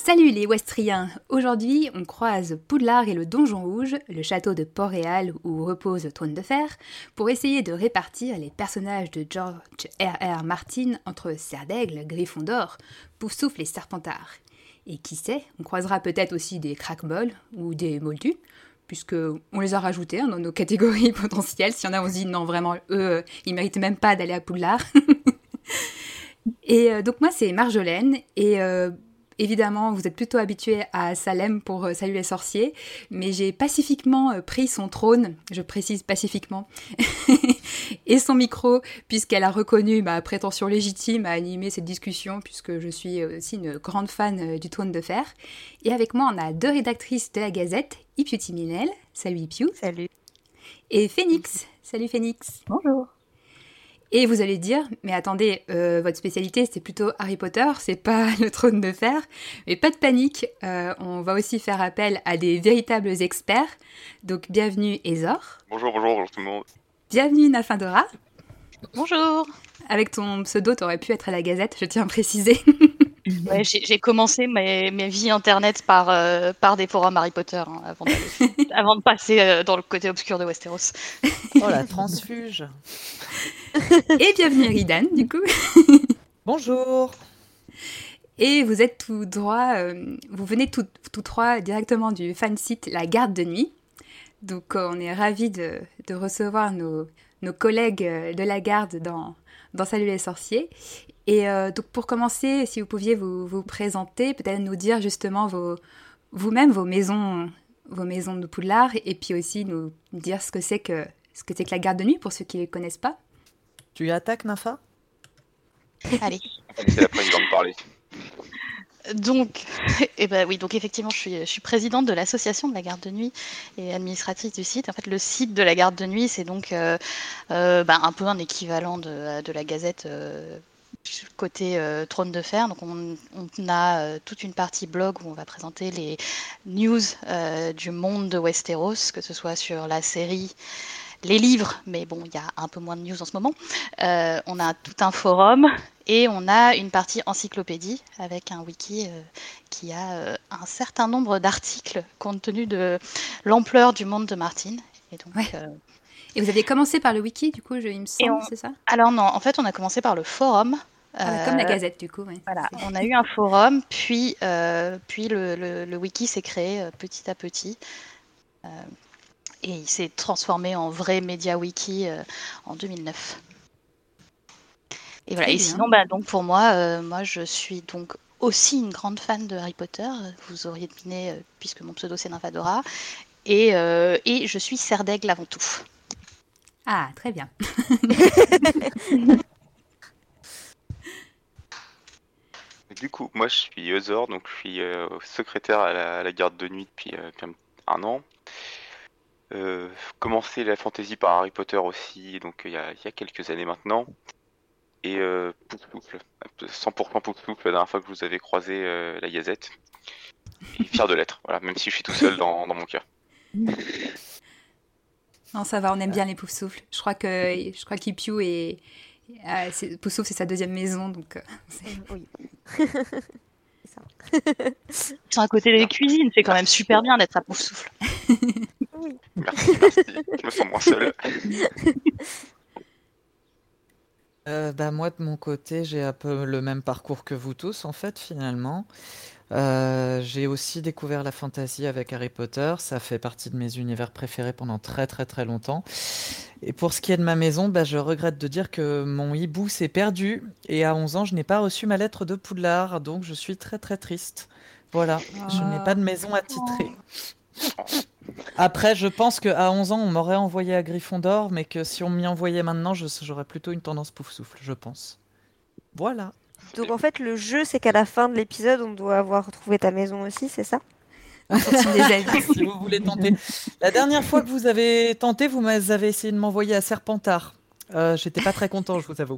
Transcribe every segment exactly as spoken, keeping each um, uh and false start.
Salut les Westriens! Aujourd'hui, on croise Poudlard et le Donjon Rouge, le château de Port-Réal où repose Trône de Fer, pour essayer de répartir les personnages de George R R. Martin entre Serdaigle, Gryffondor, Poufsouffle et Serpentard. Et qui sait, on croisera peut-être aussi des Crackballs ou des Moldus, puisque on les a rajoutés hein, dans nos catégories potentielles. S'il y en a, on se dit non, vraiment, eux, euh, ils méritent même pas d'aller à Poudlard. Et euh, donc moi, c'est Marjolaine, et euh, évidemment, vous êtes plutôt habitués à Salem pour euh, Salut les sorciers, mais j'ai pacifiquement euh, pris son trône, je précise pacifiquement, et son micro, puisqu'elle a reconnu ma prétention légitime à animer cette discussion, puisque je suis aussi une grande fan euh, du Trône de Fer. Et avec moi, on a deux rédactrices de la Gazette, Ipiuti Minel, salut Ipiu. Salut. Et Phénix, salut Phénix. Bonjour. Et vous allez dire, mais attendez, euh, votre spécialité c'est plutôt Harry Potter, c'est pas le Trône de Fer. Mais pas de panique, euh, on va aussi faire appel à des véritables experts. Donc bienvenue Ezor. Bonjour, bonjour, bonjour tout le monde. Bienvenue Nafindora. Bonjour. Avec ton pseudo, t'aurais pu être à la Gazette, je tiens à préciser. Ouais, j'ai, j'ai commencé mes, mes vies internet par, euh, par des forums Harry Potter hein, avant, avant de passer euh, dans le côté obscur de Westeros. Oh la transfuge. Et bienvenue Ridan, du coup. Bonjour. Et vous êtes tout droit, euh, vous venez tout, tout droit directement du fan site La Garde de Nuit. Donc euh, on est ravis de, de recevoir nos, nos collègues de la Garde dans, dans Salut les sorciers. Et euh, donc pour commencer, si vous pouviez vous, vous présenter, peut-être nous dire justement vos, vous-même vos maisons, vos maisons de Poudlard, et puis aussi nous dire ce que c'est que, ce que, c'est que la Garde de Nuit pour ceux qui ne les connaissent pas. Tu attaques, Nafa ? Allez. C'est la présidente de parler. Donc, eh ben oui, donc effectivement, je suis, je suis présidente de l'association de la garde de nuit et administratrice du site. En fait, le site de la garde de nuit, c'est donc euh, euh, bah, un peu un équivalent de, de la Gazette euh, côté euh, Trône de Fer. Donc, on, on a euh, toute une partie blog où on va présenter les news euh, du monde de Westeros, que ce soit sur la série, les livres, mais bon, il y a un peu moins de news en ce moment. Euh, on a tout un forum et on a une partie encyclopédie avec un wiki euh, qui a euh, un certain nombre d'articles compte tenu de l'ampleur du monde de Martin. Et donc, ouais. euh... Et vous aviez commencé par le wiki, du coup, je, il me semble, on... c'est ça ? Alors non, en fait, on a commencé par le forum. Ah, euh... Comme la Gazette, du coup. Oui. Voilà, on a eu un forum, puis, euh, puis le, le, le wiki s'est créé euh, petit à petit. Euh, Et il s'est transformé en vrai média wiki euh, en deux mille neuf. Et voilà. Et sinon, bah, donc pour moi, euh, moi, je suis donc aussi une grande fan de Harry Potter. Vous auriez deviné, euh, puisque mon pseudo c'est Nymphadora. Et, euh, et je suis Serdaigle avant tout. Ah, très bien. Du coup, moi je suis Ezor, donc je suis euh, secrétaire à la, à la garde de nuit depuis euh, un an. Euh, commencé la fantasy par Harry Potter aussi, donc il y a, y a quelques années maintenant. Et euh, Poufsouffle, cent pour cent Poufsouffle, la dernière fois que vous avez croisé euh, la Gazette. Et fier de l'être, voilà, même si je suis tout seul dans, dans mon cœur. Non, ça va, on aime bien les Poufsouffles. Je crois que je crois qu'Ipiu est, euh, c'est, Poufsouffle, c'est sa deuxième maison, donc. Euh, c'est... Oui. C'est ça. C'est à côté des cuisines, c'est quand même super bien d'être à Poufsouffle. Oui. Merci, merci. Je me sens moins seul. Euh, bah, moi, de mon côté, j'ai un peu le même parcours que vous tous, en fait, finalement. Euh, j'ai aussi découvert la fantasy avec Harry Potter. Ça fait partie de mes univers préférés pendant très, très, très longtemps. Et pour ce qui est de ma maison, bah, je regrette de dire que mon hibou s'est perdu. Et à onze ans, je n'ai pas reçu ma lettre de Poudlard. Donc, je suis très, très triste. Voilà, oh. Je n'ai pas de maison attitrée. Oh. Après, je pense qu'à onze ans, on m'aurait envoyé à Gryffondor, mais que si on m'y envoyait maintenant, je, j'aurais plutôt une tendance Poufsouffle, je pense. Voilà. Donc en fait, le jeu, c'est qu'à la fin de l'épisode, on doit avoir retrouvé ta maison aussi, c'est ça ? Si vous voulez tenter. La dernière fois que vous avez tenté, vous avez essayé de m'envoyer à Serpentard. Euh, j'étais pas très content, je vous avoue.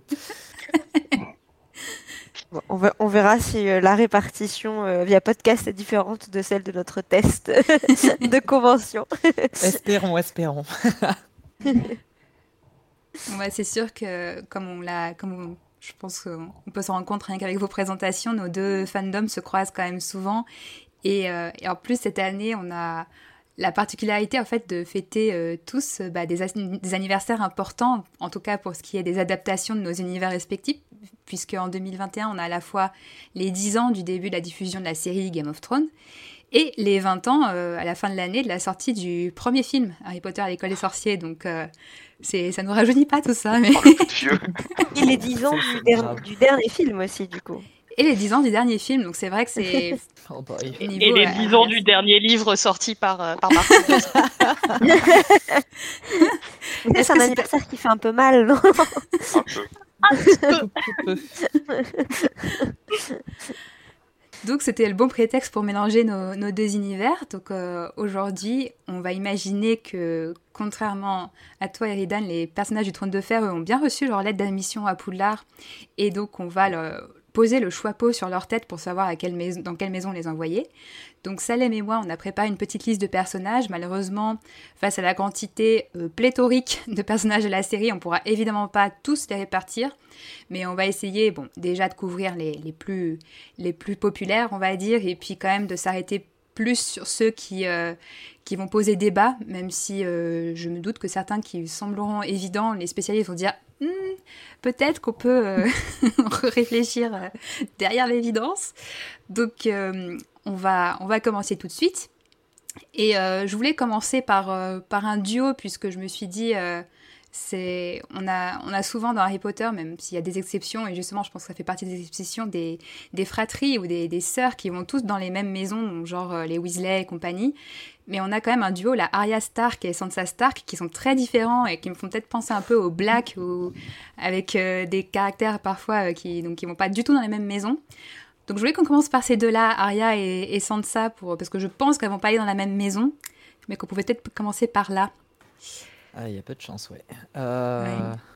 Bon, on, va, on verra si euh, la répartition euh, via podcast est différente de celle de notre test de convention. Espérons, espérons. Bon, bah, c'est sûr que, comme on l'a, comme on, je pense qu'on peut s'en rendre compte rien qu'avec vos présentations, nos deux fandoms se croisent quand même souvent. Et, euh, et en plus, cette année, on a la particularité en fait de fêter euh, tous euh, bah, des, as- des anniversaires importants, en tout cas pour ce qui est des adaptations de nos univers respectifs, puisque en deux mille vingt et un, on a à la fois les dix ans du début de la diffusion de la série Game of Thrones et les vingt ans euh, à la fin de l'année de la sortie du premier film Harry Potter à l'école des sorciers. Donc euh, c'est, ça nous rajeunit pas tout ça, mais Oh, le coup de vieux. Et les dix ans C'est du, der- grave. du dernier film aussi, du coup. et les dix ans du dernier film. Donc c'est vrai que c'est Oh boy. Et, niveau, et les euh, dix ans du dernier livre sorti par, euh, par Martin. Mais ça, Est-ce c'est un que c'est- anniversaire qui fait un peu mal, non? Un peu. Tout petit peu. Donc c'était le bon prétexte pour mélanger nos, nos deux univers. Donc euh, aujourd'hui, on va imaginer que, contrairement à toi, Eridan, les personnages du Trône de Fer eux, ont bien reçu leur lettre d'admission à Poudlard. Et donc on va leur poser le choix-peau sur leur tête pour savoir à quelle maison, dans quelle maison les envoyer. Donc Salem et moi, on a préparé une petite liste de personnages. Malheureusement, face à la quantité euh, pléthorique de personnages de la série, on ne pourra évidemment pas tous les répartir. Mais on va essayer, bon, déjà de couvrir les, les, plus, les plus populaires, on va dire, et puis quand même de s'arrêter plus sur ceux qui, euh, qui vont poser débat, même si euh, je me doute que certains qui sembleront évidents, les spécialistes vont dire Hm, peut-être qu'on peut euh, réfléchir euh, derrière l'évidence. Donc euh, on, va, on va commencer tout de suite. Et euh, je voulais commencer par, euh, par un duo, puisque je me suis dit... Euh, C'est, on, a, on a souvent dans Harry Potter, même s'il y a des exceptions, et justement je pense que ça fait partie des exceptions, des, des fratries ou des, des sœurs qui vont tous dans les mêmes maisons, genre euh, les Weasley et compagnie. Mais on a quand même un duo, la Arya Stark et Sansa Stark, qui sont très différents et qui me font peut-être penser un peu aux Black, ou avec euh, des caractères parfois euh, qui donc, qui vont pas du tout dans les mêmes maisons. Donc je voulais qu'on commence par ces deux-là, Arya et, et Sansa, pour, parce que je pense qu'elles vont pas aller dans la même maison, mais qu'on pouvait peut-être commencer par là. Ah, il y a peu de chance, ouais. Euh... Ouais.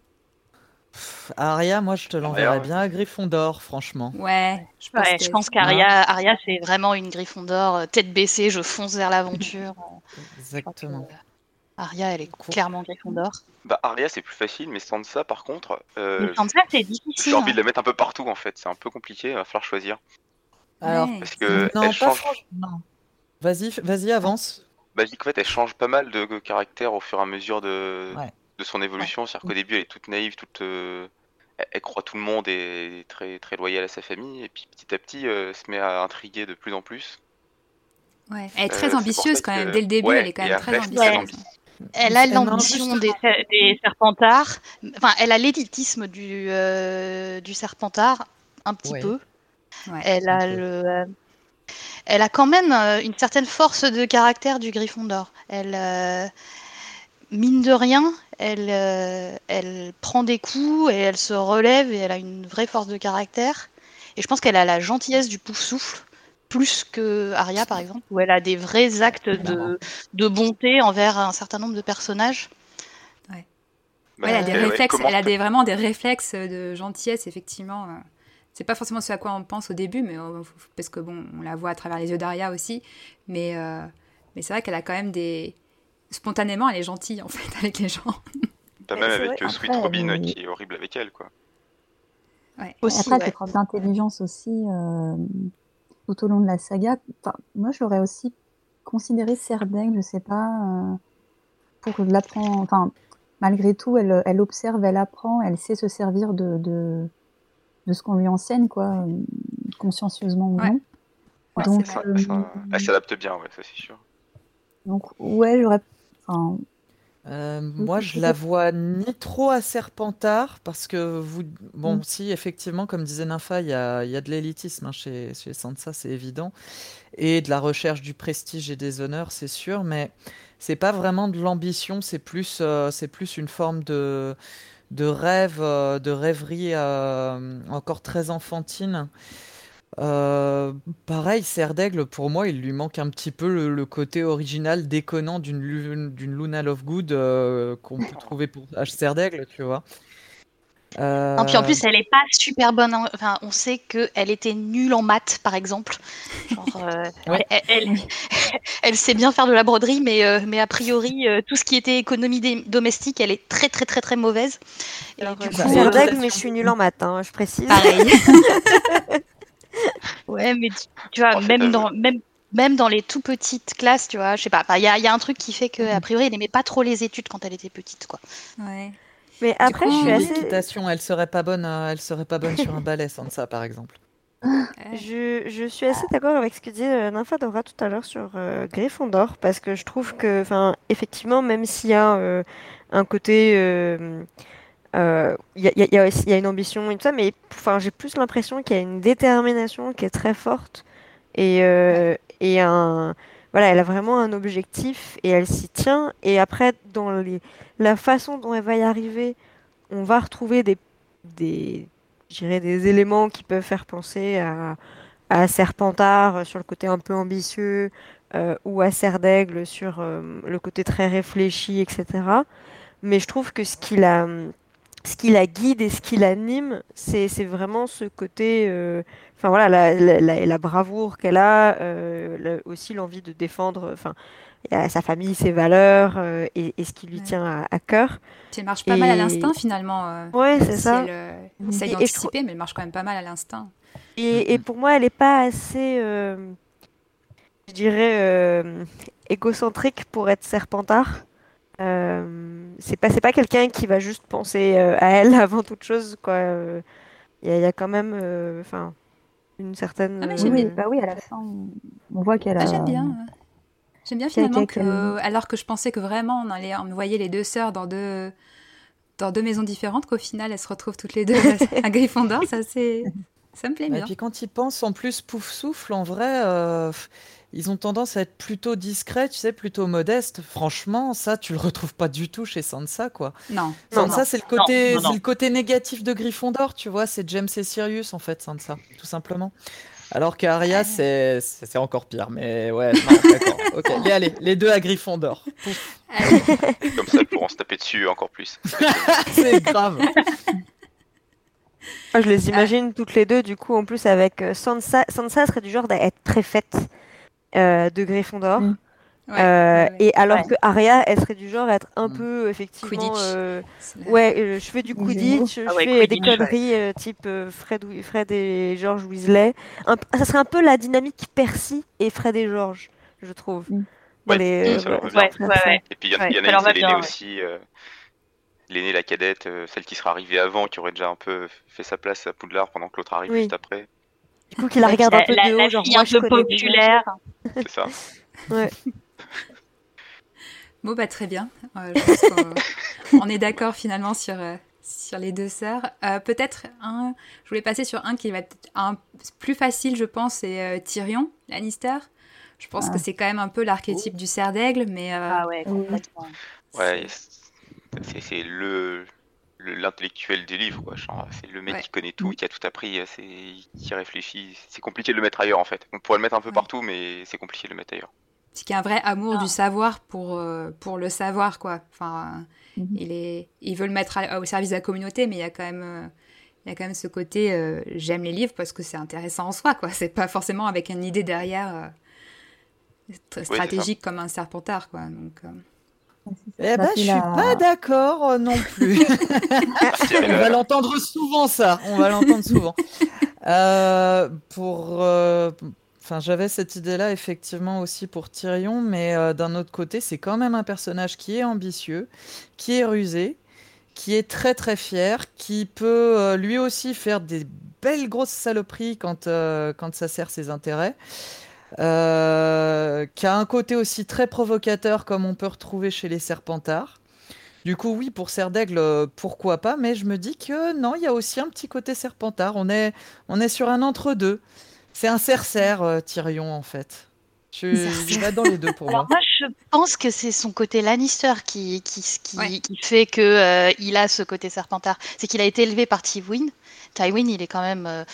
pff, Arya, moi, je te l'enverrais ouais. bien à Gryffondor, franchement. Ouais, je pense, Ouais, que- je pense qu'Aria, Aria, c'est vraiment une Gryffondor, euh, tête baissée, je fonce vers l'aventure. Exactement. Aria, elle est Cool. clairement Gryffondor. Bah, Arya, c'est plus facile, mais Sansa, par contre, euh, Mais Sansa, c'est difficile. j'ai envie hein. de la mettre un peu partout, en fait. C'est un peu compliqué, il va falloir choisir. Alors, Ouais. Parce que non, elle pas change... franchement. Non. Vas-y, f- vas-y, avance. Bah, je dis qu'en fait, elle change pas mal de caractère au fur et à mesure de, Ouais. de son évolution. C'est-à-dire qu'au début, elle est toute naïve, toute... euh, Elle, elle croit tout le monde et est très, très loyale à sa famille. Et puis, petit à petit, euh, elle se met à intriguer de plus en plus. Ouais. Elle est Euh, très c'est pour ambitieuse ça quand même. que- Dès le début, ouais, elle est quand et même elle très reste ambitieuse. très Ouais. ambitieuse. Elle a Eh non, l'ambition juste- des, ser- des Serpentards. Enfin, elle a l'élitisme du, euh, du Serpentard, un petit Ouais. peu. Ouais. Elle a Ok. le... euh, Elle a quand même euh, une certaine force de caractère du Gryffondor. Elle, euh, mine de rien, elle, euh, elle prend des coups et elle se relève et elle a une vraie force de caractère. Et je pense qu'elle a la gentillesse du pouf-souffle, plus que Arya par exemple, où elle a des vrais actes de, de bonté envers un certain nombre de personnages. Bah, Ouais, elle a des ouais, réflexes, comment elle a fait- des, vraiment des réflexes de gentillesse, effectivement. euh. C'est pas forcément ce à quoi on pense au début, mais euh, parce que bon, on la voit à travers les yeux d'Arya aussi. Mais, euh, mais c'est vrai qu'elle a quand même des. Spontanément, elle est gentille en fait avec les gens. Pas Ouais, même c'est avec vrai. euh, Sweet Après, Robin elle est- qui est horrible avec elle, quoi. Ouais. Aussi, Après, ouais. ses preuves d'intelligence aussi, euh, tout au long de la saga. Enfin, moi, je l'aurais aussi considéré Serdaigle, je sais pas, euh, pour l'apprendre. Enfin, malgré tout, elle, elle observe, elle apprend, elle sait se servir de, de, de ce qu'on lui enseigne, quoi, euh, consciencieusement ou Ouais. non. Ouais, donc, c'est vrai. euh, Ça- elle s'adapte bien, ouais, ça c'est sûr. donc, ouais, j'aurais. Enfin, Euh, Oui, moi, oui, je c'est la ça. vois ni trop à Serpentard, parce que vous. Bon, Mm. si, effectivement, comme disait Nympha, il y a, il y a de l'élitisme hein, chez, chez Sansa, c'est évident. Et de la recherche du prestige et des honneurs, c'est sûr, mais c'est pas vraiment de l'ambition, c'est plus, euh, c'est plus une forme de, de rêve, euh, de rêverie euh, encore très enfantine. Euh, pareil, Serdaigle, pour moi, il lui manque un petit peu le, le côté original déconnant d'une Lu- d'une Luna Lovegood euh, qu'on peut trouver pour H. Serdaigle, tu vois. Non, puis en Euh, plus, elle est pas super bonne. en- Enfin, on sait qu'elle était nulle en maths, par exemple. Genre, euh, Ouais. elle, elle, Oui. elle sait bien faire de la broderie, mais, euh, mais a priori, euh, tout ce qui était économie dé- domestique, elle est très, très, très, très mauvaise. Et Alors, du euh, je Bah, suis coup, et euh, serdaigle, équitation. mais je suis nulle en maths, hein, je précise. Pareil. ouais, mais tu, tu vois, Oh, c'est même aveu. dans, même, même dans les tout petites classes, tu vois, je sais pas, il y a, y a un truc qui fait Mhm. qu'a priori, elle n'aimait pas trop les études quand elle était petite, quoi. Ouais. Mais Du après, coup, je suis Et on- assez. l'équitation, elle serait pas bonne, euh, elle serait pas bonne sur un balai, sans ça, par exemple. Ouais. Je, je suis assez d'accord avec ce que disait euh, Nymphadora tout à l'heure sur euh, Gryffondor, parce que je trouve que, enfin, effectivement, même s'il y a euh, un côté, euh, euh, il y a, il y a- il y a aussi- il y a une ambition et tout ça, mais enfin, j'ai plus l'impression qu'il y a une détermination qui est très forte et, euh, et un, voilà, elle a vraiment un objectif et elle s'y tient. Et après, dans les, la façon dont elle va y arriver, on va retrouver des, des, je dirais des éléments qui peuvent faire penser à à Serpentard euh, sur le côté un peu ambitieux, euh, ou à Serdaigle sur euh, le côté très réfléchi, et cetera. Mais je trouve que ce qui la, ce qui la guide et ce qui l'anime, c'est, c'est vraiment ce côté, euh, enfin voilà, la, la, la- la bravoure qu'elle a, euh, le- aussi l'envie de défendre, enfin, euh, sa famille, ses valeurs, euh, et, et ce qui lui Ouais. tient à, à cœur. Puis elle marche pas mal à Et l'instinct finalement, euh, ouais, même c'est si ça. elle euh, Mhm. essaye Et, et je trouve, d'anticiper, mais elle marche quand même pas mal à l'instinct. et, et Mm, pour moi, elle est pas assez, euh, je dirais, euh, égocentrique pour être Serpentard. Euh, c'est pas, c'est pas quelqu'un qui va juste penser euh, à elle avant toute chose, quoi. Euh, Il y, a il y a quand même, euh, enfin, une certaine. Ah mais Oui, j'aime bien. oui, euh, bah oui, à la fin, on on voit qu'elle Ah, j'aime a, bien. euh. J'aime bien qu'elle, finalement qu'elle, que, qu'elle- alors que je pensais que vraiment on allait, on voyait les deux sœurs dans deux, dans deux maisons différentes, qu'au final elles se retrouvent toutes les deux à, à Gryffondor, ça c'est, ça me plaît Et bien. puis quand ils pensent, en plus, Pouf Souffle, en vrai, euh, pff, ils ont tendance à être plutôt discrets, tu sais, plutôt modestes. Franchement, ça, tu le retrouves pas du tout chez Sansa, quoi. Non, Non, non, non. Sansa, c'est le Non, côté, non, c'est non. le côté négatif de Gryffondor, tu vois, c'est James et Sirius, en fait, Sansa, tout simplement. Alors qu'Arya, Euh, c'est c'est c'est encore pire, mais ouais, non, d'accord. Ok, mais allez, les deux à Gryffondor. Pouf, allez. Comme ça, elles pourront se taper dessus encore plus. c'est grave. moi, je les Ah, imagine toutes les deux, du coup, en plus, avec euh, Sansa. Sansa serait du genre à être préfète euh, de Gryffondor. Mm. ouais, Euh, ouais, ouais. et alors Ouais. que Arya, elle serait du genre à être un Mm. peu, effectivement, Quidditch. euh, C'est la- ouais, euh, je fais du Les Gémeaux. Quidditch, je Ah ouais, fais des Quidditch, ouais. conneries euh, type euh, Fred, Wi- Fred et George Weasley. Un p- ça serait un peu la dynamique Percy et Fred et George, je trouve. Mm. Dans Ouais, les, Mm. ça euh, leur va bien. Ouais, frères ouais, sœurs. ouais. Et puis il y, en- Ouais, il y en a ça une, leur c'est va bien, l'aînée ouais. aussi. euh, L'aînée, la cadette, euh, celle qui sera arrivée avant, qui aurait déjà un peu fait sa place à Poudlard pendant que l'autre arrive Oui. juste après. Du coup, qui la Ouais, puis regarde la, un peu la, de la haut, genre fille moi un je peu connais déjà. populaire. C'est ça. Ouais. Bon bah très bien. Euh, je pense qu'on on est d'accord finalement sur, euh, sur les deux sœurs. Euh, peut-être un, je voulais passer sur un qui va être un plus facile, je pense, c'est euh, Tyrion Lannister. Je pense Ah. que c'est quand même un peu l'archétype du cerf d'aigle, mais euh, Ah ouais, Oui. complètement. Ouais, c'est- c'est c'est le le- l'intellectuel du livre, quoi. Genre, c'est le mec Ouais. qui connaît tout, qui a tout appris, c'est qui réfléchit. C'est compliqué de le mettre ailleurs en fait. On pourrait le mettre un peu Ouais. partout, mais c'est compliqué de le mettre ailleurs. c'est qu'il y a un vrai amour Ah. du savoir pour, euh, pour le savoir, quoi. Enfin, Mhm. il, est, il veut le mettre à- au service de la communauté, mais il y a quand même, euh, il y a quand même ce côté euh, j'aime les livres parce que c'est intéressant en soi, quoi. C'est pas forcément avec une idée derrière euh, très ça. stratégique comme un serpentard, quoi. Donc, euh, Eh Bah, ben, puis je suis la- pas d'accord euh, non plus. Partir, On va l'entendre souvent, ça. On va l'entendre souvent. Euh, pour, euh, enfin, j'avais cette idée-là effectivement aussi pour Tyrion, mais euh, d'un autre côté, c'est quand même un personnage qui est ambitieux, qui est rusé, qui est très très fier, qui peut euh, lui aussi faire des belles grosses saloperies quand, euh, quand ça sert ses intérêts. Euh, qui a un côté aussi très provocateur comme on peut retrouver chez les Serpentards. Du coup, oui, pour Serdaigle, euh, pourquoi pas, mais je me dis que non, il y a aussi un petit côté Serpentard. On est, on est sur un entre-deux. C'est un cercère, euh, Tyrion, en fait. Je, Cercère. il va dans les deux pour Alors moi. moi, je pense que c'est son côté Lannister qui, qui, qui, Ouais. qui fait que euh, il a ce côté Serpentard. C'est qu'il a été élevé par Tywin. Tywin, il est quand même, euh,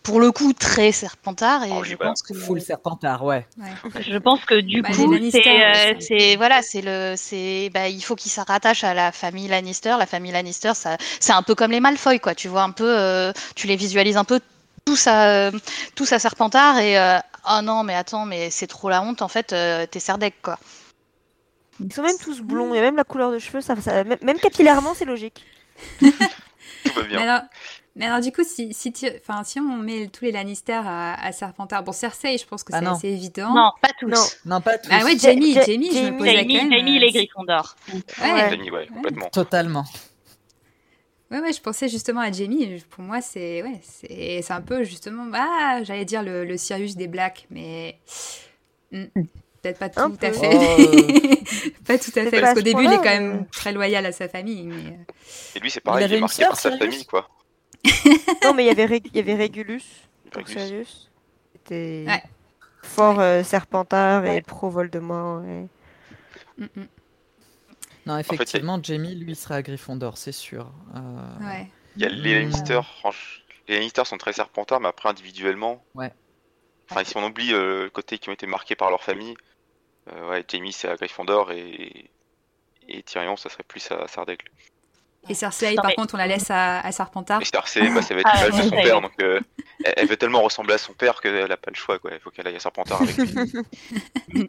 pour le coup très Serpentard et Oh, je oui, voilà. pense que Full Serpentard, ouais. Ouais. je pense que du Bah, les coup Lannister, c'est euh, ouais, c'est- c'est voilà c'est le c'est bah il faut qu'il se rattache à la famille Lannister. La famille Lannister, ça c'est un peu comme les Malfoy, quoi. Tu vois un peu, euh, tu les visualises un peu tous à tous à Serpentard et euh, oh non mais attends mais c'est trop la honte en fait, euh, t'es Serdaigle, quoi. Ils sont même tous blonds, et même la couleur de cheveux, ça, ça- même même capillairement, c'est logique. Tout va Mais bien. alors, mais alors, du coup, si, si, tu- enfin, si on met tous les Lannister à, à Serpentard, bon, Cersei, je pense que Ah c'est non. assez évident. Non, pas tous. Non. Non, pas tous. Ah ouais, Ja- Jamie, Ja- Jamie, je me Jamie- posais Jamie, quand même. Jamie, euh, il est Gryffondor. Ouais. Jamie, ouais, complètement. Totalement. Ouais, ouais, je pensais justement à Jamie. Pour moi, c'est ouais, c'est c'est un peu justement, ah, j'allais dire le, le Sirius des Blacks, mais hmm, peut-être pas Un tout à peu. fait. Oh, Pas tout à C'est fait, pas parce à qu'au ce début, il est point-là, quand même euh. très loyal à sa famille. Mais... euh, Et lui, c'est Il pareil, il, avait est une marqué sœur, par sa Sirius famille, quoi. Non, mais il y avait, Rég- il y avait Régulus pour Régulus. Sirius. C'était Ouais. fort euh, Serpentard et Ouais. pro-Voldemort. Et... mm, mm, non, effectivement, Jamie, lui, sera à Gryffondor, c'est sûr. Euh, ouais. Il y a les Hmm. Lannister, franch- les Lannister sont très Serpentards, mais après, individuellement, Ouais. enfin, si on oublie euh, le côté qui ont été marqués par leur famille, euh, ouais, Jamie, c'est à Gryffondor, et, et Tyrion, ça serait plus à Serdaigle. Et Cersei, Non, par mais- contre, on la laisse à, à Serpentard. Et Cersei, bah, ça va être Ah, l'image de ouais, son ouais. père, donc euh, elle, elle veut tellement ressembler à son père qu'elle a pas le choix, quoi. Il faut qu'elle aille à Serpentard avec lui.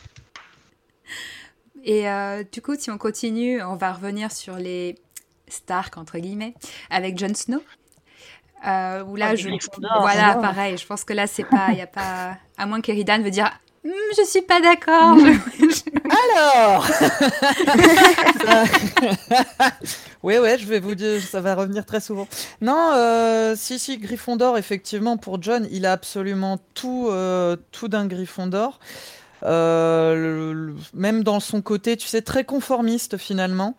Et euh, du coup, si on continue, on va revenir sur les Stark, entre guillemets, avec Jon Snow. Euh, où là, Oh, je... Gryffondor. Voilà, Gryffondor. pareil, je pense que là, c'est pas... Il y a pas... À moins qu'Eridan veut dire Hum, je suis pas d'accord. je- Alors Oui, ouais, je vais vous dire, ça va revenir très souvent. Non, euh, si, si, Gryffondor, effectivement, pour John, il a absolument tout, euh, tout d'un Gryffondor. Euh, le- le- même dans son côté, tu sais, très conformiste, finalement.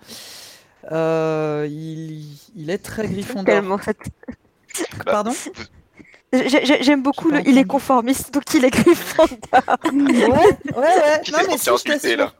Euh, il, il est très Gryffondor. Tellement cette- Pardon J'ai- j'ai- J'aime beaucoup J'ai le. pas Il est entendu. conformiste, donc il est Gryffondor. Ouais, ouais, ouais. Qui Non, s'est mais senti si, je insulté, t'assure.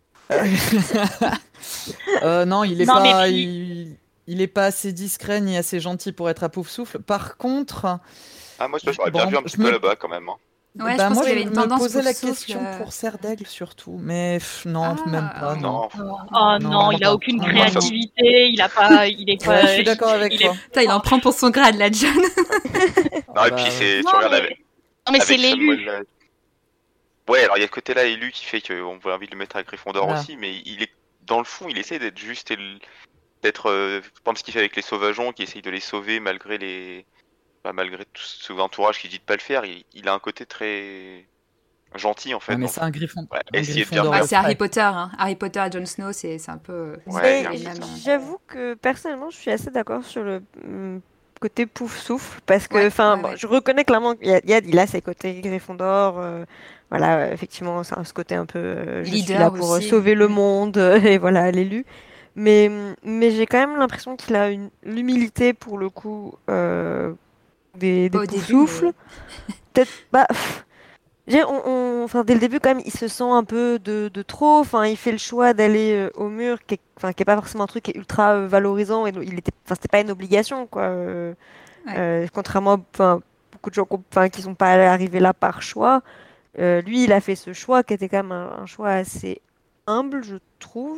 là? Euh, non, il est Non, mais pas, puis- il, il est pas assez discret ni assez gentil pour être à Poufsouffle. Par contre, Ah, moi, je j'aurais bien Bon, vu un je petit me- peu là-bas, quand même. hein. Ouais, je bah, pense moi, qu'il y avait je une me tendance posais la Poufsouffle, question euh, pour Serdaigle surtout, mais pff, non, Ah. même pas. Non. Non. Oh non, Non, il a non, aucune non, créativité, il a pas, il est Ouais, pas. je suis d'accord avec il est- toi. Putain, il en prend pour son grade, là, John. Non, Ah et bah, puis, c'est, Non, tu regardes mais- avec, Non mais c'est avec l'élu. Samuel, là. Ouais, alors il y a ce côté-là élu qui fait qu'on a envie de le mettre à Gryffondor Voilà. aussi, mais il est dans le fond, il essaie d'être juste et le- d'être, euh, par exemple, ce qu'il fait avec les sauvageons, qui essaye de les sauver malgré les, bah, malgré tout ce entourage qui dit de pas le faire. Il, il a un côté très gentil en fait. Ouais, mais dans- c'est un Griffon. Ouais, un essayer de Gryffondor bien Bah, au c'est Harry frais. Potter, hein. Harry Potter à Jon Snow, c'est c'est un peu... Ouais, Mais il y a un j- même, euh, j'avoue que personnellement, je suis assez d'accord sur le hum, côté pouf souffle parce que, Ouais, enfin, ouais, bon, ouais. je reconnais clairement qu'il y a, il y a, il a ses côtés Gryffondor. euh, voilà, euh, effectivement, c'est un- ce côté un peu, euh, je suis Leader là pour euh, aussi. sauver le Mm. monde euh, et voilà, l'élu. Mais, hum, mais j'ai quand même l'impression qu'il a une l'humilité pour le coup euh, des, des Pas au début, pouf souffles. mais- Peut-être, bah, pff, j'ai- on, on- enfin, dès le début, quand même, il se sent un peu de, de trop. Enfin, il fait le choix d'aller euh, au mur, qui est, enfin, qui est pas forcément un truc qui est ultra euh, valorisant. Et donc, il était, enfin, c'était pas une obligation, quoi. euh, Ouais. euh, contrairement à enfin, beaucoup de gens qui, ont- enfin, qui sont pas arrivés là par choix. Euh, lui, il a fait ce choix qui était quand même un, un choix assez humble, je trouve.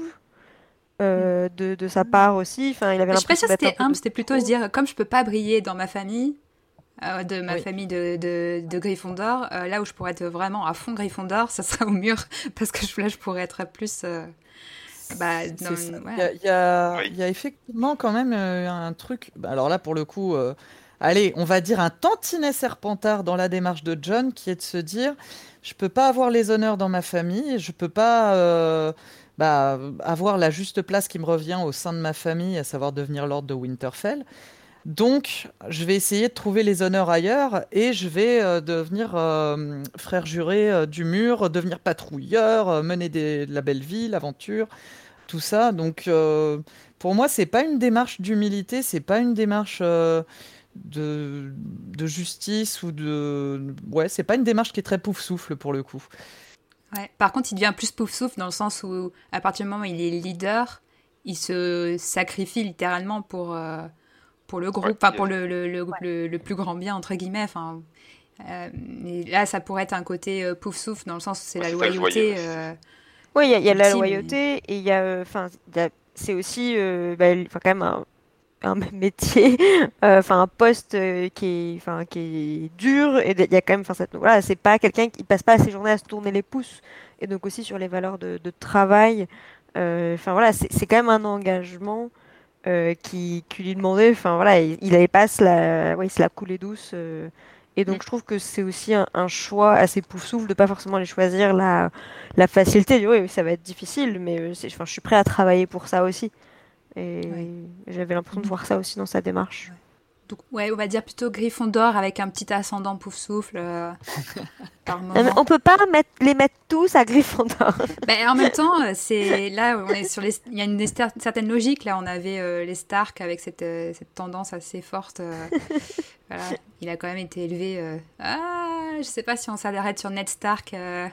euh, de, de sa part aussi. Enfin, il avait Je suis pas l'impression sûre que d'être un c'était peu humble, de c'était plutôt trop. se dire, comme je peux pas briller dans ma famille, euh, de ma Oui. famille de, de, de Gryffondor, euh, là où je pourrais être vraiment à fond Gryffondor, ça sera au mur, parce que je- là, je pourrais être plus... euh, bah, C'est dans- ça. ouais. Il y a, il y a- Oui. il y a effectivement quand même euh, un truc. bah, Alors là, pour le coup, euh, allez, on va dire un tantinet serpentard dans la démarche de John, qui est de se dire, je peux pas avoir les honneurs dans ma famille, je peux pas euh, bah, avoir la juste place qui me revient au sein de ma famille, à savoir devenir Lord de Winterfell. Donc, je vais essayer de trouver les honneurs ailleurs et je vais euh, devenir euh, frère juré euh, du mur, devenir patrouilleur, euh, mener des- de la belle vie, l'aventure, tout ça. Donc, euh, pour moi, c'est pas une démarche d'humilité, c'est pas une démarche euh, de, de justice ou de. Ouais, c'est pas une démarche qui est très pouf-souffle pour le coup. Ouais. Par contre, il devient plus pouf-souffle dans le sens où, à partir du moment où il est leader, il se sacrifie littéralement pour, euh, pour le groupe, Ouais, enfin il y a- pour le, le, le, le, le plus grand bien, entre guillemets. Enfin, euh, mais là, ça pourrait être un côté euh, pouf souffle, dans le sens où c'est Ouais, la c'est ça que je voyais, loyauté. ouais, c'est- euh, Oui, il y a, il y a la ultime, loyauté et il y a, enfin, c'est aussi, euh, bah, l- enfin, quand même un, un métier, euh, enfin, un poste euh, qui est, enfin, qui est dur et il y a quand même, enfin, cette- voilà, c'est pas quelqu'un qui passe pas ses journées à se tourner les pouces et donc aussi sur les valeurs de, de travail. euh, Enfin voilà, c'est c'est quand même un engagement euh, qui, qui lui demandait, enfin voilà, il, il avait pas se la, ouais, il se la coulait douce. euh, et donc Mm. je trouve que c'est aussi un, un choix assez pouf-souffle de pas forcément aller choisir la, la facilité. Oui, oui, ça va être difficile, mais euh, c'est- enfin, je suis prêt à travailler pour ça aussi. Et Ouais. j'avais l'impression de voir ça aussi dans sa démarche. Donc, ouais, on va dire plutôt Gryffondor avec un petit ascendant pouf souffle euh, par Non, mais moment. on peut pas mettre, les mettre tous à Gryffondor. Ben, en même temps, euh, c'est là on est sur les, il y a une cer- certaine logique. Là, on avait euh, les Stark avec cette, euh, cette tendance assez forte. euh, voilà, il a quand même été élevé. euh, Ah, je sais pas si on s'arrête sur Ned Stark. euh,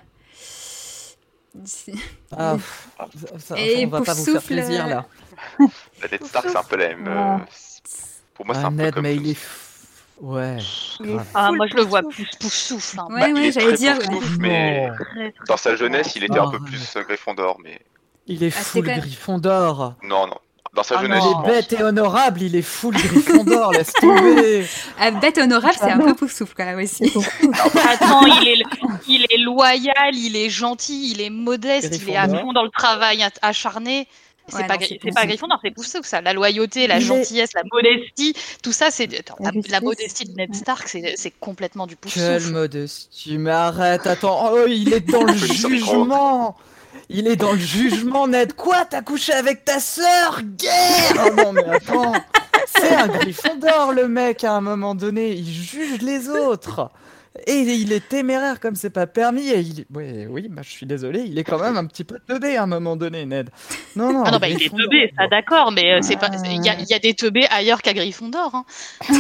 si- Ah, pff, ça- Et on va pas vous faire Poufsouffle, plaisir euh, là. La Ned Stark, c'est un peu la même. Ah. euh, Pour moi, c'est Ah, un peu Ned, comme. mais il est. f- Ouais, Il est grave. Ah, full moi, je le vois pouf-souffle. plus pouf souffle. Hein. Ouais, Bah, il ouais, est j'allais très dire. pouf ouais. souffle, mais Non. Très, très, dans sa très jeunesse, il était un peu Arrête. plus euh, Gryffondor, mais Il est Ah, c'était full quand même- Gryffondor. non, non. Dans sa Ah jeunesse, non. je Il est pense. bête et honorable, il est full Gryffondor, laisse tomber. Ah, bête honorable, c'est un J'adore. peu pouf souffle quand même aussi. C'est beaucoup. Attends, il est, il est loyal, il est gentil, il est modeste, il est à Gryffondor. fond dans le travail at- acharné. C'est Ouais, pas, non, Gry- c'est c'est pouf pas souffle. Gryffondor, c'est Poufsouffle, ça. La loyauté, la Il est- gentillesse, la modestie, tout ça, c'est. Attends, La la, la justice. modestie de Ned Stark, c'est c'est complètement du Quelle Poufsouffle. modestie, mais arrête, attends, oh, il est dans le Sur le micro. jugement. Il est dans le jugement, Ned. Quoi, t'as couché avec ta sœur? Guerre! Oh non, mais attends, c'est un Gryffondor, le mec, à un moment donné, il juge les autres. Et il est téméraire comme c'est pas permis. Et il... ouais, oui, bah, je suis désolé, il est quand même un petit peu teubé à un moment donné, Ned. Non, non, Ah non, bah il est Gryffondor. teubé, ça d'accord, mais euh, c'est pas. Ah. Il y a, il y a des teubés ailleurs qu'à Gryffondor. Hein.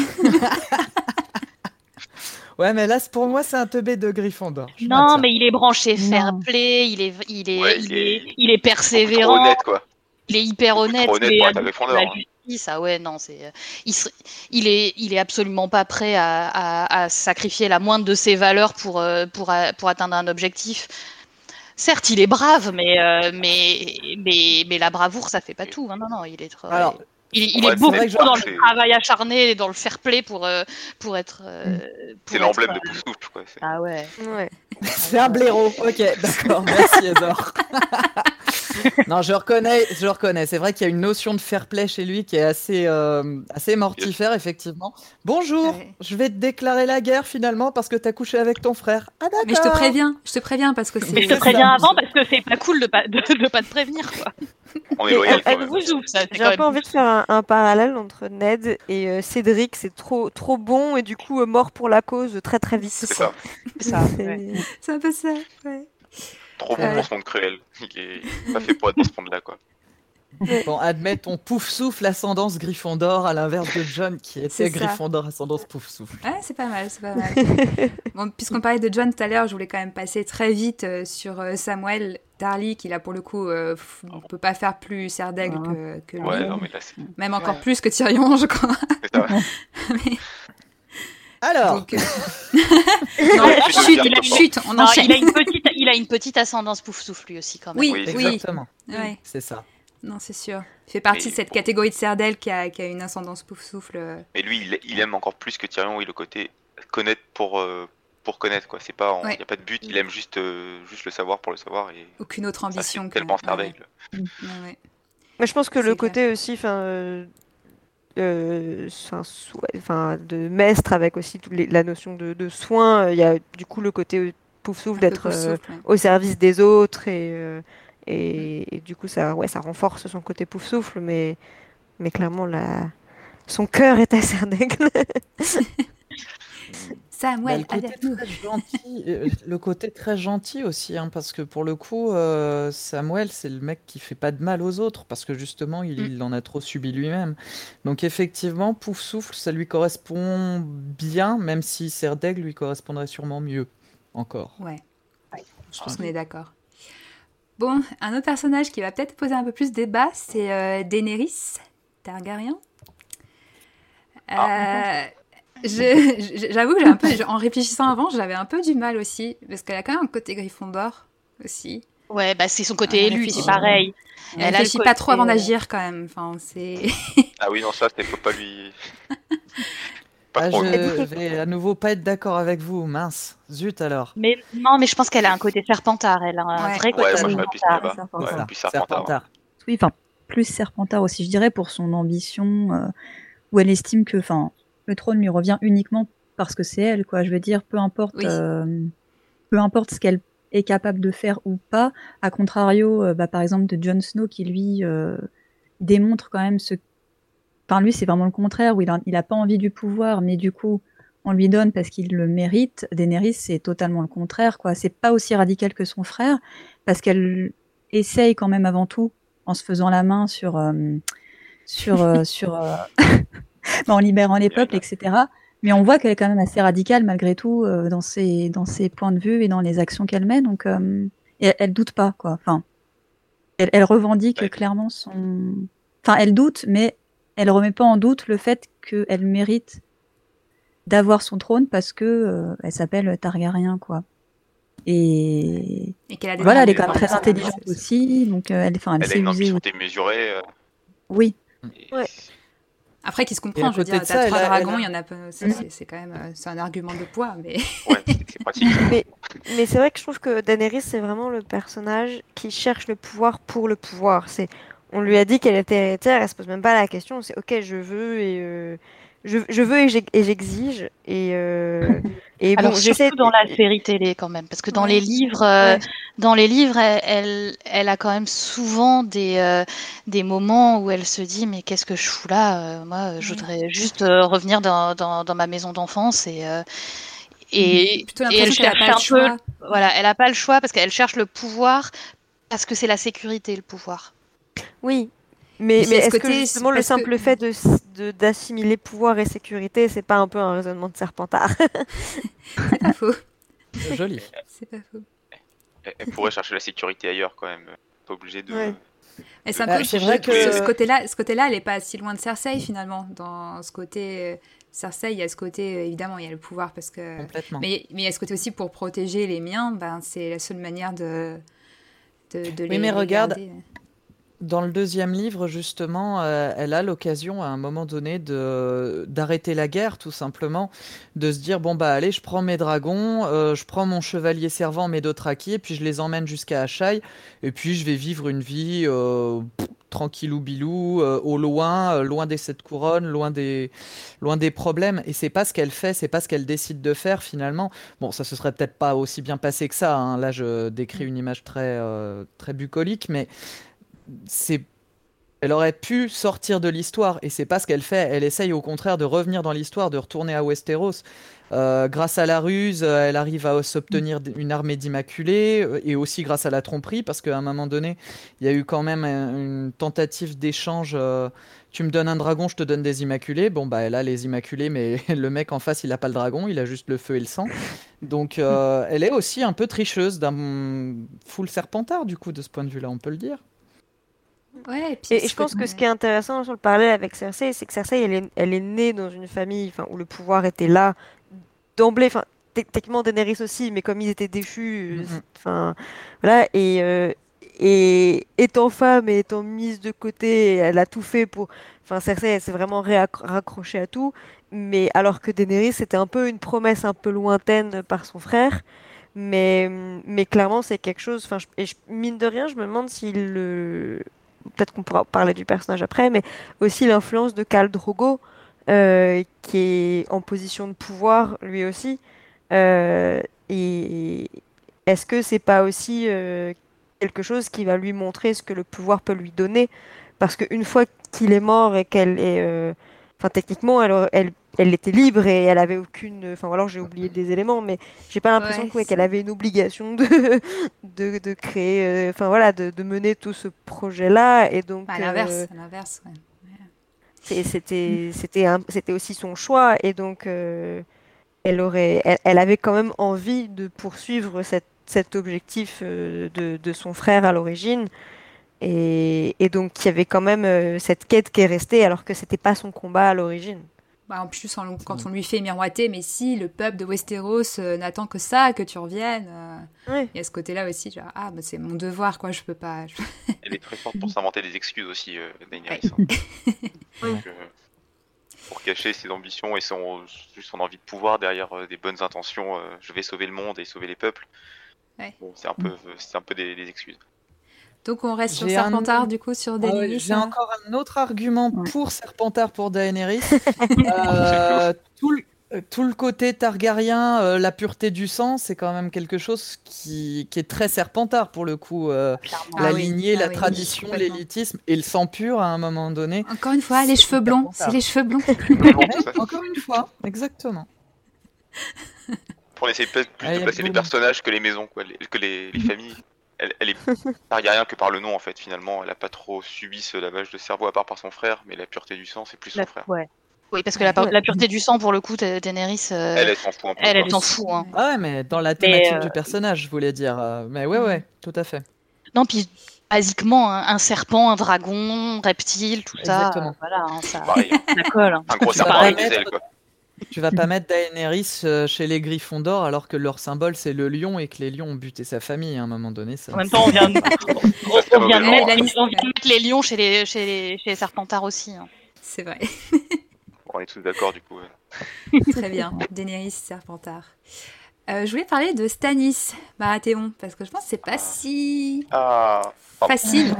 Ouais, mais là, c'est- pour moi, c'est un teubé de Gryffondor. Je Non, maintiens. mais il est branché fair Non. play, il est, il est, Ouais, il il est, est il est Beaucoup trop persévérant. honnête, quoi. Il est hyper Beaucoup honnête, trop honnête il est pour à être un de Gryffondor, la hein. justice. Ah ouais, non, c'est, il, se- il est, il est absolument pas prêt à, à- à sacrifier la moindre de ses valeurs pour, euh, pour, a- pour atteindre un objectif. Certes, il est brave, mais, euh, mais, mais, mais la bravoure, ça fait pas tout. hein. Non, non, il est trop. Alors, il, il pour est être beaucoup Ned trop dans Stark, le c'est- travail acharné et dans le fair play pour, euh, pour être. euh, pour C'est être, l'emblème euh, de Poufsouffle, quoi. c'est- Ah ouais. Ouais. c'est un blaireau. Ok, d'accord. Merci, Ezor. Non, je reconnais, je reconnais. C'est vrai qu'il y a une notion de fair play chez lui qui est assez, euh, assez mortifère, effectivement. Bonjour, Ouais. je vais te déclarer la guerre finalement parce que t'as couché avec ton frère. Ah d'accord. Mais je te préviens, je te préviens parce que c'est. Mais je C'est te préviens ça. avant parce que c'est pas cool de pas, de, de pas te prévenir, quoi. On est Mais, loyal, euh, quand euh, même. Vous ouf, ça, c'est J'ai quand un même peu envie de faire un, un parallèle entre Ned et euh, Cédric. C'est trop, trop bon et du coup euh, mort pour la cause très très vite. C'est ça. ça. C'est- ouais. C'est un peu ça, ouais. Trop bon Ouais. pour ce monde cruel. Il est il est pas fait pour être dans ce monde-là, quoi. Bon, admettons pouf souffle ascendance Gryffondor à l'inverse de John qui C'est était ça. Gryffondor ascendance pouf souffle. Ouais, c'est pas mal, c'est pas mal. Bon, puisqu'on parlait de John tout à l'heure, je voulais quand même passer très vite euh, sur euh, Samuel Darly, qui là pour le coup, euh, f- on peut pas faire plus serre d'aigle Ah. que, que lui. Ouais, non, mais là, c'est Même encore Ouais. plus que Tyrion, je crois. c'est ça. Mais- Alors, donc, euh, non, Ouais, chut, il a- chut, on Non, enchaîne. il a une petite, il a une petite ascendance pouf souffle lui aussi quand même. Oui, Oui, oui, exactement, ouais. c'est ça. Non, c'est sûr. Il fait partie Mais de cette bon. catégorie de Serdel qui a, qui a une ascendance pouf souffle. euh. Mais lui, il, il aime encore plus que Tyrion, oui, le côté connaître pour, euh, pour connaître, quoi. C'est pas, il Ouais. n'y a pas de but, il aime juste, euh, juste le savoir pour le savoir. Et Aucune autre ça, c'est ambition que. tellement serre ouais, d'aigle. ouais, ouais. Mais je pense que C'est le clair. côté aussi, enfin, euh, euh, enfin, so- enfin, de maître avec aussi toute les- la notion de, de soin, euh, il y a du coup le côté euh, pouf souffle Un peu d'être pouf euh, souffle, ouais. au service des autres et, euh, et, et du coup ça, ouais, ça renforce son côté pouf souffle, mais, mais clairement la, son cœur est à Serdaigle. Bah, Samuel, le côté avec nous. très gentil, euh, le côté très gentil aussi, hein, parce que pour le coup, euh, Samuel, c'est le mec qui fait pas de mal aux autres, parce que justement, il, Mm. il en a trop subi lui-même. Donc effectivement, Pouf Souffle, ça lui correspond bien, même si Serre d'Aigle lui correspondrait sûrement mieux, encore. Ouais. Je pense qu'on est d'accord. Bon, un autre personnage qui va peut-être poser un peu plus débat, c'est euh, Daenerys Targaryen. Euh, je- je- j'avoue que j'ai un peu, en réfléchissant avant, j'avais un peu du mal aussi, parce qu'elle a quand même un côté Gryffondor aussi. Ouais, bah c'est son Ouais, côté elle élu, c'est réfléchit. pareil. Elle Elle a le réfléchit pas trop côté, avant euh, d'agir quand même. Enfin, c'est. Ah oui, non, ça, c'est faut pas lui. Pas Ah, trop. je non. je vais à nouveau pas être d'accord avec vous, mince. Zut alors. Mais non, mais je pense qu'elle a un côté Serpentard. Elle a un Ouais. vrai côté Ouais, moi, je Oui. serais plus Serpentard. là-bas. Serpentard. Ouais, C'est ça, plus Serpentard. Serpentard. Oui, enfin, plus Serpentard aussi, je dirais, pour son ambition, euh, où elle estime que, enfin, le trône lui revient uniquement parce que c'est elle, quoi. Je veux dire, peu importe, Oui. euh, peu importe ce qu'elle est capable de faire ou pas. À contrario, euh, bah, par exemple, de Jon Snow, qui lui euh, démontre quand même ce. Enfin, lui, c'est vraiment le contraire, où il a, il a pas envie du pouvoir, mais du coup, on lui donne parce qu'il le mérite. Daenerys, c'est totalement le contraire, quoi. C'est pas aussi radical que son frère, parce qu'elle essaye quand même avant tout, en se faisant la main sur, euh, sur, euh, sur, euh, bah, en libérant les peuples, et cetera. Mais on voit qu'elle est quand même assez radicale malgré tout euh, dans ses, dans ses points de vue et dans les actions qu'elle met. Donc, euh, et elle, elle doute pas, quoi. Enfin, elle, elle revendique Ouais. clairement son. Enfin, elle doute, mais elle remet pas en doute le fait qu'elle mérite d'avoir son trône parce que euh, elle s'appelle Targaryen, quoi. Et Et qu'elle a des voilà, elle est droits quand même de- très intelligente c'est- c'est- aussi, donc euh, elle, enfin, elle Elle a sait une user. ambition aussi. démesurée. euh, Oui, et- Ouais. Après, qui se Et à comprend, je veux côté dire, de t'as ça, trois elle a- dragons, elle a- il y en a peu. C'est Mm. c'est- c'est quand même euh, c'est un argument de poids, mais. Ouais, c'est c'est pratique. Mais, mais c'est vrai que je trouve que Daenerys, c'est vraiment le personnage qui cherche le pouvoir pour le pouvoir. C'est, on lui a dit qu'elle était héritière, elle se pose même pas la question. C'est ok, je veux et euh, je, je veux et j'ex- et j'exige et euh, et Alors bon, j'essaie. surtout dans la série télé quand même, parce que dans Ouais. les livres, euh, Ouais. dans les livres, elle, elle, elle a quand même souvent des euh, des moments où elle se dit mais qu'est-ce que je fous là? Euh, Moi, euh, je Ouais. voudrais juste euh, revenir dans, dans, dans ma maison d'enfance et euh, et, Plutôt et elle l'impression qu'elle a cherche pas un le peu, choix. voilà, elle a pas le choix parce qu'elle cherche le pouvoir parce que c'est la sécurité le pouvoir. Oui, Et mais, puis, mais il y a ce est-ce que côté, justement le parce que- simple fait de, de- d'assimiler pouvoir et sécurité, c'est pas un peu un raisonnement de Serpentard? C'est pas faux. Joli. C'est pas faux. Elle, elle pourrait chercher la sécurité ailleurs quand même. Pas obligée de. Ouais. Et c'est un Bah, peu c'est ce- vrai ce, que- ce côté-là, ce côté-là, elle est pas si loin de Cersei finalement. Dans ce côté euh, Cersei, il y a ce côté euh, évidemment, il y a le pouvoir parce que. Complètement. Mais mais il y a ce côté aussi pour protéger les miens. Ben c'est la seule manière de de, de Oui, les, mais les regarde, garder. Dans le deuxième livre, justement, euh, elle a l'occasion à un moment donné de d'arrêter la guerre, tout simplement, de se dire bon bah allez, je prends mes dragons, euh, je prends mon chevalier servant, mes Dothraki, et puis je les emmène jusqu'à Asshai, et puis je vais vivre une vie euh, pff, tranquillou bilou, euh, au loin, euh, loin des sept couronnes, loin des loin des problèmes. Et c'est pas ce qu'elle fait, c'est pas ce qu'elle décide de faire finalement. Bon, ça se serait peut-être pas aussi bien passé que ça. Hein. Là, je décris une image très euh, très bucolique, mais c'est elle aurait pu sortir de l'histoire et c'est pas ce qu'elle fait. Elle essaye au contraire de revenir dans l'histoire, de retourner à Westeros. Euh, grâce à la ruse, euh, elle arrive à s'obtenir d- une armée d'immaculés euh, et aussi grâce à la tromperie parce qu'à un moment donné, il y a eu quand même un- une tentative d'échange. euh, tu me donnes un dragon, je te donne des immaculés. Bon bah elle a les immaculés, mais le mec en face, il a pas le dragon, il a juste le feu et le sang. Donc euh, elle est aussi un peu tricheuse d'un full serpentard du coup de ce point de vue-là, on peut le dire. Ouais. Et, puis Et, et je pense que ce qui est intéressant sur le parallèle avec Cersei, c'est que Cersei, elle est, elle est née dans une famille, enfin, où le pouvoir était là d'emblée. Enfin, te- techniquement Daenerys aussi, mais comme ils étaient déchus, euh, Mhm. enfin, voilà. Et, euh, et étant femme et étant mise de côté, elle a tout fait pour. Enfin, Cersei, elle s'est vraiment réaccro- raccrochée à tout. Mais alors que Daenerys, c'était un peu une promesse un peu lointaine par son frère. Mais, mais clairement, c'est quelque chose. Enfin, je- et je- mine de rien, je me demande si le. Peut-être qu'on pourra parler du personnage après, mais aussi l'influence de Khal Drogo, euh, qui est en position de pouvoir lui aussi. Euh, et est-ce que c'est pas aussi euh, quelque chose qui va lui montrer ce que le pouvoir peut lui donner? Parce qu'une fois qu'il est mort et qu'elle est. euh, Enfin, techniquement, elle, aurait- elle, elle était libre et elle avait aucune. Enfin, ou alors j'ai oublié des éléments, mais j'ai pas l'impression Ouais, que, ouais, c'est- qu'elle avait une obligation de, de, de créer. euh, Enfin, voilà, de, de mener tout ce projet-là. Et donc. à euh, l'inverse, à l'inverse. Ouais. c'est- c'était c'était un- c'était aussi son choix et donc euh, elle aurait elle, elle avait quand même envie de poursuivre cette, cet objectif euh, de, de son frère à l'origine et, et donc il y avait quand même euh, cette quête qui est restée alors que c'était pas son combat à l'origine. bah, en plus on- quand on lui fait miroiter, mais si le peuple de Westeros euh, n'attend que ça, que tu reviennes. euh, Oui. Il y a ce côté-là aussi, genre, ah, bah, c'est mon devoir, quoi, je peux pas. je- Elle est très forte pour s'inventer des excuses aussi, euh, Daenerys. Ouais. hein. Donc, euh, pour cacher ses ambitions et son, juste son envie de pouvoir derrière euh, des bonnes intentions, euh, je vais sauver le monde et sauver les peuples. Ouais. Bon, c'est un peu, c'est un peu des, des excuses. Donc on reste sur J'ai un- Serpentard, du coup, sur Ah ouais, Daenerys. J'ai hein. encore un autre argument Ouais. pour Serpentard pour Daenerys. Euh, tout, le, euh, tout le côté Targaryen, euh, la pureté du sang, c'est quand même quelque chose qui, qui est très Serpentard pour le coup. euh, Clairement. la Ah oui, lignée, ah la oui, tradition, complètement. l'élitisme et le sang pur à un moment donné. Encore une fois, les C'est cheveux blonds, Serpentard. c'est les cheveux blonds. Vraiment, tout ça. Encore une fois, exactement. Pour essayer peut-être plus Allez, de placer les boum. personnages que les maisons, quoi, les- que les, les familles. Elle, elle est Targaryen que par le nom en fait, finalement. Elle a pas trop subi ce lavage de cerveau à part par son frère, mais la pureté du sang, c'est plus son La- frère. ouais. Oui, parce que la, par- Ouais. la pureté du sang, pour le coup, Da- Daenerys, euh, Elle, elle s'en fout un peu. elle, elle quoi. s'en fout. Hein. Ah ouais, mais dans la thématique euh, du personnage, je voulais dire. euh, mais ouais, ouais, tout à fait. Non, puis basiquement, un, un serpent, un dragon, un reptile, tout ça, Exactement. euh, voilà, hein, ça, Pareil, hein. ça colle. hein. un gros Tu vas serpent pas avec des mettre- ailes, quoi. Tu vas pas mettre Daenerys euh, chez les Griffons d'or alors que leur symbole c'est le lion et que les lions ont buté sa famille à un moment donné. Ça, En même temps, on vient de, on, Ça, on vient de c'est mettre, mauvais. on vient de mettre les lions chez les, chez les, chez les Serpentards aussi. hein. C'est vrai. On est tous d'accord du coup. ouais. Très bien. Daenerys, Serpentard. Euh, je voulais parler de Stannis Baratheon, parce que je pense que c'est pas si Ah, pardon. facile.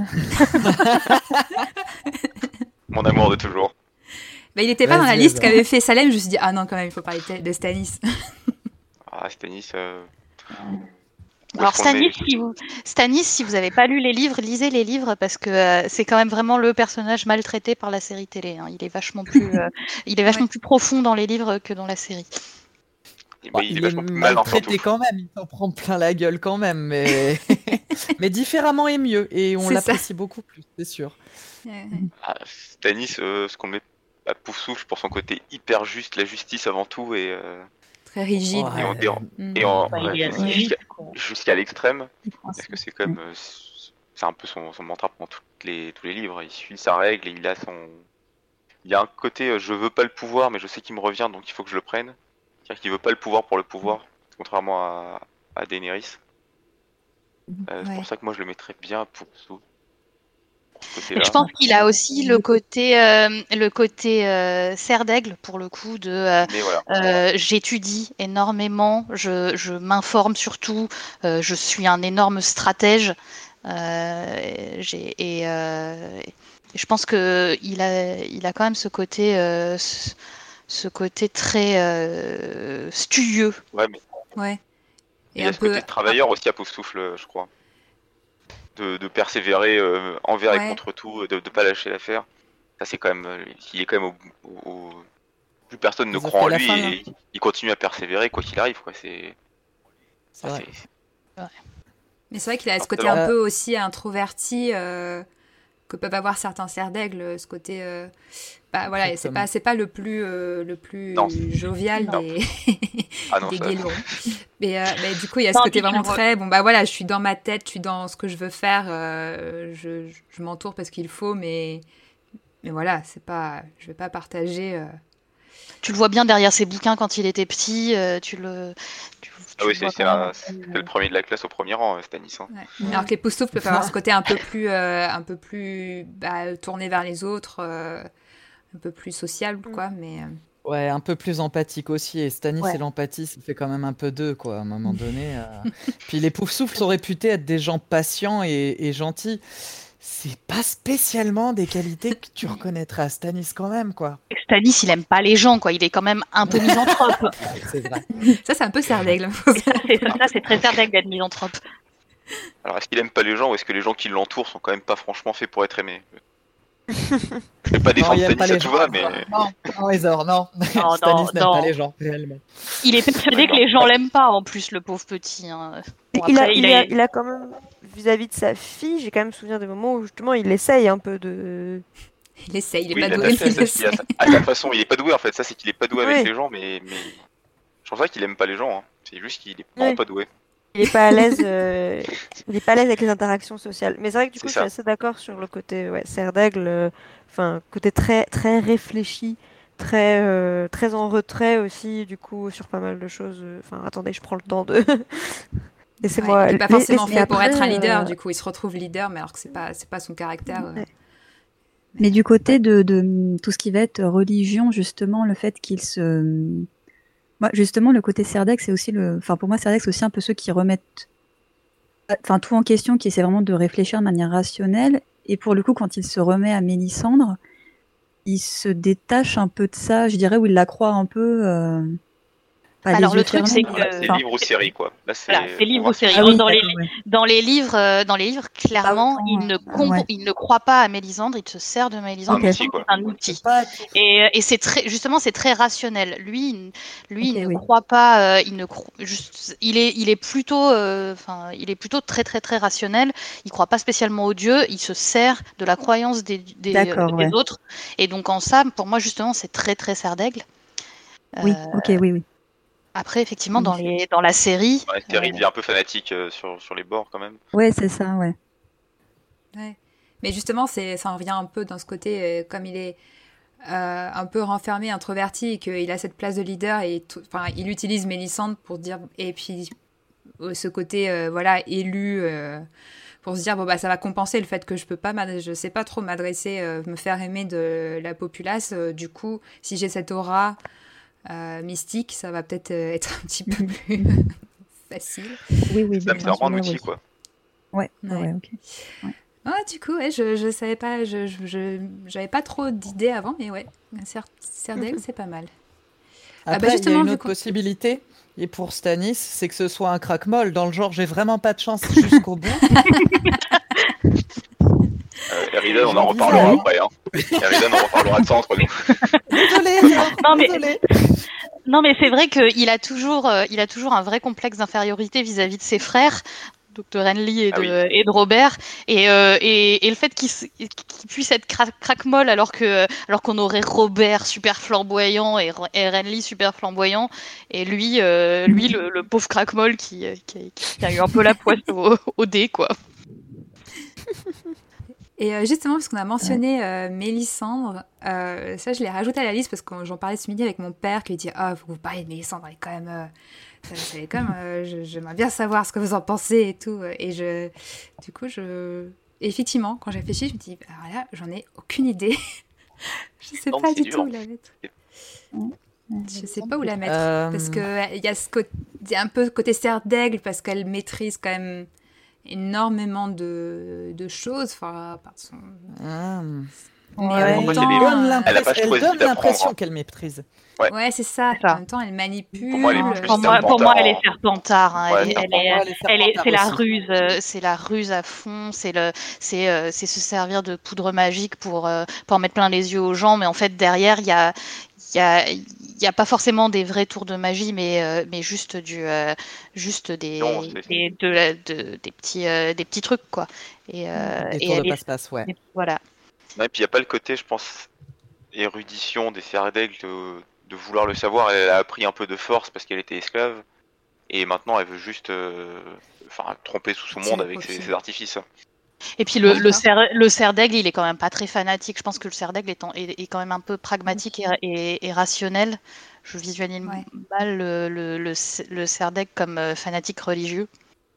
Mon amour de toujours. Bah, il était pas dans la Vas-y, liste vas-y. qu'avait fait Salem, je me suis dit, ah non, quand même, il faut parler de de Stannis. Ah, Stannis. Euh... où Alors est-ce qu'on Stannis, est si vous, Stannis, si vous n'avez pas lu les livres, lisez les livres parce que euh, c'est quand même vraiment le personnage maltraité par la série télé. hein. Il est vachement plus, euh, il est vachement Ouais. plus profond dans les livres que dans la série. Eh ben, Bah, il, il est est vachement plus malin maltraité surtout. quand même, il s'en prend plein la gueule quand même, mais, mais différemment et mieux, et on C'est ça. l'apprécie beaucoup plus, c'est sûr. Ouais, Ah, Stannis, euh, ce qu'on met à Poufsouffle pour son côté hyper juste, la justice avant tout, et, euh, très rigide. Ouais. et, en, et, en- Mm. et en- Bah, il est ouais, assez jusqu'à vite, quoi. jusqu'à l'extrême, parce Parce que c'est comme euh, c'est un peu son, son mantra pendant toutes les, tous les livres. Il suit sa règle et il a son. Il y a un côté euh, je veux pas le pouvoir, mais je sais qu'il me revient, donc il faut que je le prenne. C'est-à-dire qu'il veut pas le pouvoir pour le pouvoir, contrairement à, à Daenerys. Euh, C'est Ouais. pour ça que moi je le mettrais bien pour ce pour ce Et côté-là. je pense qu'il a aussi le côté, euh, le côté euh, serre d'aigle pour le coup de. euh, Mais voilà. Euh, j'étudie énormément, je, je m'informe surtout, euh, je suis un énorme stratège. Euh, j'ai- et, euh, et je pense que il a, il a quand même ce côté, euh, ce, ce côté très euh, studieux. Ouais, mais Ouais. il Et y a un ce peu. côté travailleur aussi à Poufsouffle, je crois. De, de persévérer euh, envers Ouais. et contre tout, de ne pas lâcher l'affaire. Ça, c'est quand même. euh, Il est quand même au. au- au- Plus personne ne Jusqu'à croit en la lui fin, et là. il- il continue à persévérer quoi qu'il arrive. Quoi. C'est. C'est ça, vrai. c'est- Mais c'est vrai qu'il a ce Alors, côté alors- un peu aussi introverti euh, que peuvent avoir certains cerfs d'aigle, ce côté. euh, Bah voilà, c'est Exactement. pas, c'est pas le plus, euh, le plus Non. jovial Non. des, Ah non, des ça- guélurons. Mais, euh, mais du coup, il y a ce Non, côté puis tu vraiment le vois. très. Bon, bah voilà, je suis dans ma tête, je suis dans ce que je veux faire, euh, je, je, je m'entoure parce qu'il faut, mais. Mais voilà, c'est pas, je vais pas partager. euh, Tu le vois bien derrière ses bouquins quand il était petit. euh, tu le. Tu, tu Ah oui, le vois c'est c'est quand même un- un peu, c'est le premier de la classe au premier rang, euh, Stannis. hein. ouais. Alors que les poussoufles peuvent avoir ce côté un peu plus, euh, un peu plus bah, tourné vers les autres, euh, un peu plus sociable, quoi. Mais euh, Ouais, un peu plus empathique aussi, et Stannis Ouais. et l'empathie, ça fait quand même un peu d'eux, quoi, à un moment donné. euh. Puis les Poufsouffles sont réputés être des gens patients et, et gentils. C'est pas spécialement des qualités que tu reconnaîtras à Stannis quand même, quoi. Stannis, il aime pas les gens, quoi. Il est quand même un peu misanthrope. C'est vrai. ça, c'est un peu serre d'aigle. Et ça, c'est ça, c'est très serre d'aigle d'être misanthrope. Alors, est-ce qu'il aime pas les gens ou est-ce que les gens qui l'entourent sont quand même pas franchement faits pour être aimés? Je vais pas Non, défendre il aime pas Stannis à les tout gens. va, mais. Non, non, Ezor, non. non, Stannis n'aime non. pas les gens, réellement. Il est persuadé que les gens l'aiment pas, en plus, le pauvre petit. hein. Bon, il, a, après, il, a, il a quand même, vis-à-vis de sa fille, j'ai quand même souvenir des moments où justement il essaye un peu de. Il essaye, il est Oui, pas il a doué, sa- mais il sa- il a essaye. sa- à sa façon, il est pas doué en fait. Ça, c'est qu'il est pas doué avec Oui. les gens, mais. mais... Je pense pas qu'il aime pas les gens. hein. C'est juste qu'il est vraiment Oui. pas doué. Il est pas à l'aise, euh, il est pas à l'aise avec les interactions sociales. Mais c'est vrai que du C'est coup, je ça. suis assez d'accord sur le côté ouais, serre d'aigle, euh, enfin côté très très réfléchi très, euh, très en retrait aussi, du coup, sur pas mal de choses. Enfin, attendez, je prends le temps de... Laissez-moi... Ouais, il n'est pas la- forcément laissez- fait pour après, être un leader, euh, du coup il se retrouve leader, mais alors que c'est pas, c'est pas son caractère. euh. Ouais. Mais du côté de, de tout ce qui va être religion, justement, le fait qu'il se... Moi, justement, le côté Serdaigle, c'est aussi le... Enfin, pour moi, Serdaigle, c'est aussi un peu ceux qui remettent enfin, tout en question, qui essaient vraiment de réfléchir de manière rationnelle. Et pour le coup, quand il se remet à Mélisandre, il se détache un peu de ça, je dirais, où il la croit un peu... euh, pas les Alors yeux le truc, fermés, c'est mais- Là, que c'est enfin, livre ou série, quoi. Là, c'est. voilà, c'est pour livre moi, ou série. c'est- Ah oui, Dans les, d'accord, ouais. dans les livres, euh, dans les livres, clairement, autant, il ne, euh, comp- ouais. il ne croit pas à Mélisandre, il se sert de C'est un Mélisandre, Ok. outil, quoi. c'est un C'est outil. pas tout. Et, et c'est très, justement, c'est très rationnel. Lui, il, lui, Ok, il ne oui. croit pas. euh, il ne cro- juste, il est, il est plutôt, euh, enfin, il est plutôt très, très, très rationnel. Il croit pas spécialement aux dieux. Il se sert de la croyance des, des, D'accord, des ouais. autres. Et donc en ça, pour moi, justement, c'est très, très Serdaigle. Oui, Euh, ok, oui, oui. après, effectivement, En dans effet. les, dans la série, Dans la série, il devient un peu fanatique euh, sur, sur les bords, quand même. Ouais, c'est ça, ouais. Ouais. Mais justement, c'est, ça en revient un peu dans ce côté, euh, comme il est euh, un peu renfermé, introverti, et qu'il a cette place de leader, et tout, enfin, il utilise Mélisandre pour dire, et puis euh, ce côté, euh, voilà, élu, euh, pour se dire, bon, bah, ça va compenser le fait que je peux pas, m'ad- je sais pas trop m'adresser, euh, me faire aimer de la populace, euh, du coup, si j'ai cette aura euh, mystique, ça va peut-être euh, être un petit peu Mhm. plus facile. Oui, oui, Ça de me ce fait vraiment un point de vue-là, outil, oui. quoi. Ouais, ouais, Ouais. ouais, ok. Ah, du coup, ouais, je, je savais pas, je, je, je- j'avais pas trop d'idées avant, mais ouais, Ser- Serdaigle, c'est pas mal. Ah bah Après, il y a justement, une vu autre qu'on... possibilité, et pour Stannis, c'est que ce soit un crack-molle, dans le genre j'ai vraiment pas de chance jusqu'au bout. Euh, Eridan, on en J'envisage. reparlera Ah oui. après. Hein. Eridan, on reparlera de ça entre nous. Désolé, Zor, Non, mais- désolé. non, mais c'est vrai qu'il a toujours, euh, il a toujours un vrai complexe d'infériorité vis-à-vis de ses frères, donc de Renly et de, Ah oui. et de Robert, et, euh, et, et le fait qu'il s- qu'il puisse être cra- craque-molle alors que, alors qu'on aurait Robert super flamboyant et, Ro- et Renly super flamboyant, et lui, euh, lui le, le pauvre craque-molle qui, euh, qui, qui a eu un peu la poisse au, au dé, quoi. Et euh, justement, parce qu'on a mentionné euh, Mélisandre, euh, ça je l'ai rajouté à la liste parce que j'en parlais ce midi avec mon père qui dit « Ah, faut que vous parliez de Mélisandre, elle est quand même... euh, ça, ça est quand même euh, je- j'aimerais bien savoir ce que vous en pensez et tout. » Et je, du coup, je... Effectivement, quand j'ai réfléchi, je me dis « Alors là, j'en ai aucune idée. Je sais Non, pas c'est du dur. tout où la mettre. Je sais pas où la mettre. Euh, Parce qu'il y a ce côté, y a un peu côté Serdaigle parce qu'elle maîtrise quand même énormément de, de choses. Enfin, par son... ah. Mais Ouais. en Pour moi, même c'est les- temps, donne euh, l'impression- Elle a pas elle choisi donne d'apprendre, l'impression hein. qu'elle méprise. Ouais. ouais, c'est ça. C'est ça. En même temps, elle manipule. Pour moi, elle est plus Pour moi, pour moi, elle est serpentard. Hein. Ouais, Elle est, elle Pour est, moi, elle est elle est- c'est la serpentard aussi. ruse, euh, c'est la ruse à fond. C'est le, c'est, euh, c'est se servir de poudre magique pour, euh, pour en mettre plein les yeux aux gens. Mais en fait, derrière, il y a, il y a, il y a pas forcément des vrais tours de magie, mais, euh, mais juste du, euh, juste des, Non, c'est- des, de la- de- des petits, euh, des petits trucs quoi. Et, euh, Des et tours de elle est, passe-passe, ouais. voilà. Ouais, puis il n'y a pas le côté, je pense, érudition des Serdaigle de, de vouloir le savoir. Elle a appris un peu de force parce qu'elle était esclave. Et maintenant, elle veut juste euh, enfin, tromper tout son monde Tirer avec ses, profit. ses artifices. Et puis le, le, D'accord. cer- le Serdaigle, il est quand même pas très fanatique. Je pense que le Serdaigle est, en- est, est quand même un peu pragmatique et, et, et rationnel. Je visualise Ouais. mal le, le, le, le Serdaigle comme euh, fanatique religieux.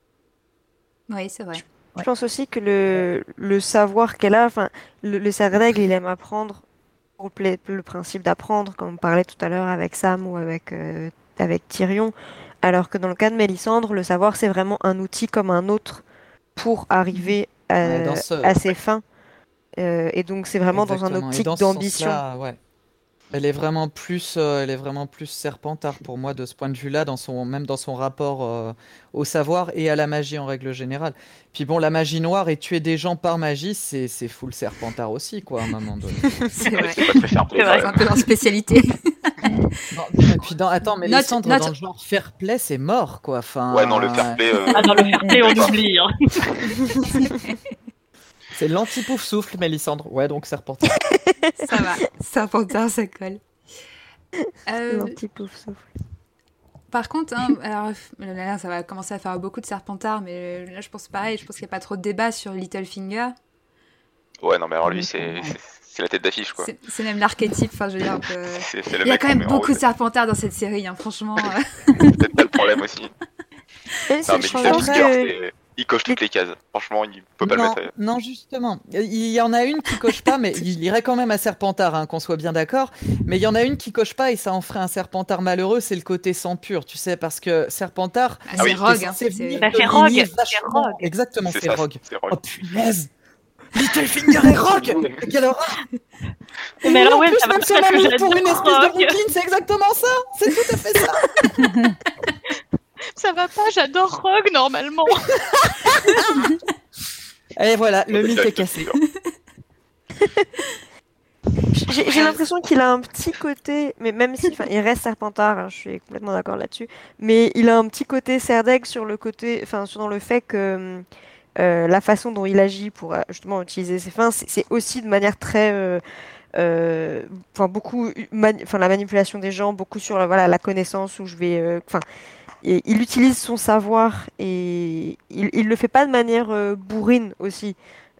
Oui, c'est vrai. Je pense aussi que le, le savoir qu'elle a, enfin, le, le Serdaigle, il aime apprendre pour le, pla- le principe d'apprendre, comme on parlait tout à l'heure avec Sam ou avec, euh, avec Tyrion. Alors que dans le cas de Mélisandre, le savoir, c'est vraiment un outil comme un autre pour arriver à, Ouais, dans ce- à ses fins. Euh, et donc, c'est vraiment dans un Exactement. Et optique dans ce d'ambition. sens-là, ouais. Elle est vraiment plus, euh, elle est vraiment plus serpentard pour moi de ce point de vue-là, dans son, même dans son rapport euh, au savoir et à la magie en règle générale. Puis bon, la magie noire et tuer des gens par magie, c'est c'est full serpentard aussi, quoi, à un moment donné. C'est Ouais, vrai. c'est pas très fair play. C'est vrai. C'est un peu leur spécialité. Non, et puis dans, attends, mais Note- Lysandre, note- dans le genre fair play, c'est mort, quoi. Enfin, Ouais, non, le fair play. euh, Ah, dans le fair play, on D'accord. oublie. Hein. c'est l'anti-pouf souffle, Mélissandre. Ouais, donc serpentard. Ça va. Serpentard, ça colle. Euh, L'anti-pouf souffle. par contre, hein, alors, là, là, ça va commencer à faire beaucoup de Serpentard, mais là, je pense pareil. Je pense qu'il n'y a pas trop de débat sur Littlefinger. Ouais, non, mais alors lui, Oui, c'est ouais. c'est- c'est la tête d'affiche, quoi. C'est, c'est même l'archétype, enfin, je veux dire, un peu... C'est, c'est le Il y a mec quand qu'on même met en beaucoup haut. de Serpentards dans cette série, hein, franchement. euh. C'est peut-être pas le problème aussi. Même si Non, je mais pense Littlefinger, que c'est- il coche toutes les cases. Franchement, il peut pas le Non, mettre ailleurs. non, justement. Il y en a une qui coche pas, mais il irait quand même à Serpentard, hein, qu'on soit bien d'accord. Mais il y en a une qui coche pas et ça en ferait un Serpentard malheureux, c'est le côté sang pur, tu sais, parce que Serpentard, Ah, Ah c'est oui. c'est Rogue, hein, censé c'est- venir Bah, de c'est lignes Rogue, c'est vachement- Rogue. Exactement, C'est c'est ça, Rogue. c'est Rogue. Oh punaise! Littlefinger et Rogue! Quelle horreur! Et Mais oui, alors, en ouais, plus, ça va même pas si on parce a que mis pour une j'adore espèce de Rogue. Brooklyn, c'est exactement ça! C'est tout à fait ça! Ça va pas, j'adore Rogue normalement. Et voilà, le mythe est Littlefinger. cassé. j'ai j'ai l'impression qu'il a un petit côté, mais même si, enfin, il reste Serpentard, hein, je suis complètement d'accord là-dessus, mais il a un petit côté Serdaigle sur le côté, enfin, sur dans le fait que euh, la façon dont il agit pour euh, justement utiliser ses fins, c'est c'est aussi de manière très, euh, euh, enfin beaucoup, mani- enfin la manipulation des gens, beaucoup sur la, voilà la connaissance où je vais, euh, enfin, et il utilise son savoir et il, il le fait pas de manière euh, bourrine aussi,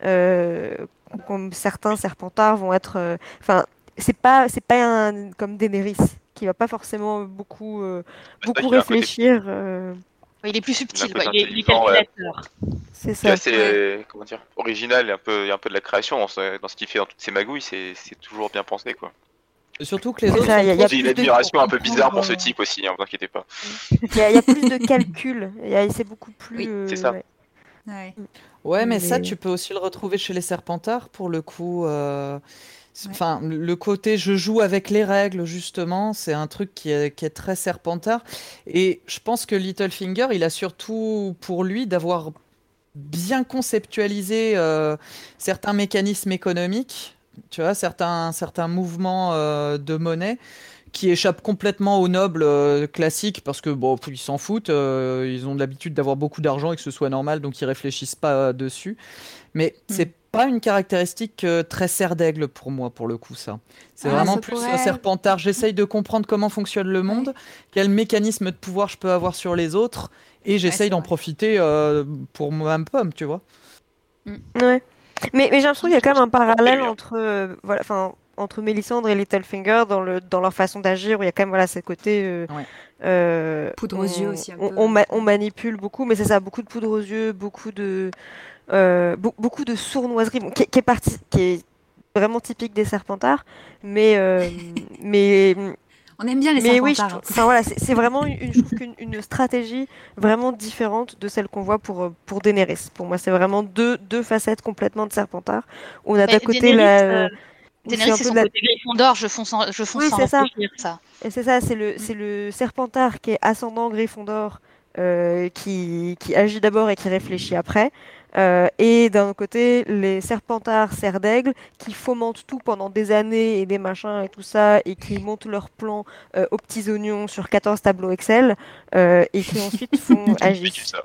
euh, comme certains Serpentards vont être, euh, enfin c'est pas c'est pas un comme Daenerys qui va pas forcément beaucoup euh, C'est vrai beaucoup qu'il a un côté- réfléchir, euh, Il est plus subtil. Il a un quoi. côté Il est, il est intelligent, ouais. calculateur. c'est C'est ça. assez, euh, comment dire, original et un peu, il y a un peu de la création dans ce, dans ce qu'il fait dans toutes ses magouilles. C'est, c'est toujours bien pensé, quoi. Surtout que les C'est autres. ça, sont y a- y a trop J'ai une plus de- admiration un peu bizarre pour ce comprendre, type aussi, hein, vous inquiétez pas. Il y, a il y a plus de calcul, il y a- c'est beaucoup plus. Oui, euh, c'est ça. ouais. Ouais. Ouais, mais ça, Mais- tu peux aussi le retrouver chez les Serpentards, pour le coup. euh, c'est- Ouais. Enfin, le côté je joue avec les règles, justement, c'est un truc qui est, qui est très Serpentard. Et je pense que Littlefinger, il a surtout pour lui d'avoir bien conceptualisé euh, certains mécanismes économiques, tu vois, certains, certains mouvements euh, de monnaie qui échappent complètement aux nobles euh, classiques parce que bon, ils s'en foutent, euh, ils ont l'habitude d'avoir beaucoup d'argent et que ce soit normal, donc ils réfléchissent pas euh, dessus. Mais c'est pas une caractéristique euh, très serre d'aigle pour moi, pour le coup, ça. C'est Ah, vraiment ça plus pourrait- un serpentard. J'essaye de comprendre comment fonctionne le monde, quel mécanisme de pouvoir je peux avoir sur les autres, et j'essaye c'est d'en vrai. profiter euh, pour moi-même, tu vois. Ouais. Mais, mais j'ai l'impression qu'il y a quand même un parallèle bien. entre, euh, voilà, enfin, entre Mélisandre et Littlefinger dans, le, dans leur façon d'agir, où il y a quand même voilà, ce côté. euh, Ouais. euh, Poudre aux on- yeux aussi, un on, peu. on ma- on manipule beaucoup, mais c'est ça, beaucoup de poudre aux yeux, beaucoup de, euh, be- beaucoup de sournoiserie, bon, qui, est- qui est parti, qui est vraiment typique des Serpentards, mais, euh, mais On aime bien les mais oui, je Serpentards. trou- enfin voilà, c'est c'est vraiment une, une- je trouve qu'une une stratégie vraiment différente de celle qu'on voit pour euh, pour Daenerys. Pour moi, c'est vraiment deux deux facettes complètement de Serpentard. On a d'un Mais côté Daenerys, la euh, où Daenerys, un c'est peu son de la- côté Gryffondor, je fonce sans, je fonce Oui, sans c'est ça. réfléchir, ça. et c'est ça, c'est le c'est le Serpentard qui est ascendant Gryffondor, euh, qui qui agit d'abord et qui réfléchit après. Euh, et d'un côté, les Serpentards serre d'aigle qui fomentent tout pendant des années et des machins et tout ça, et qui montent leurs plans euh, aux petits oignons sur quatorze tableaux Excel, euh, et qui ensuite font J'ai agir. vécu ça.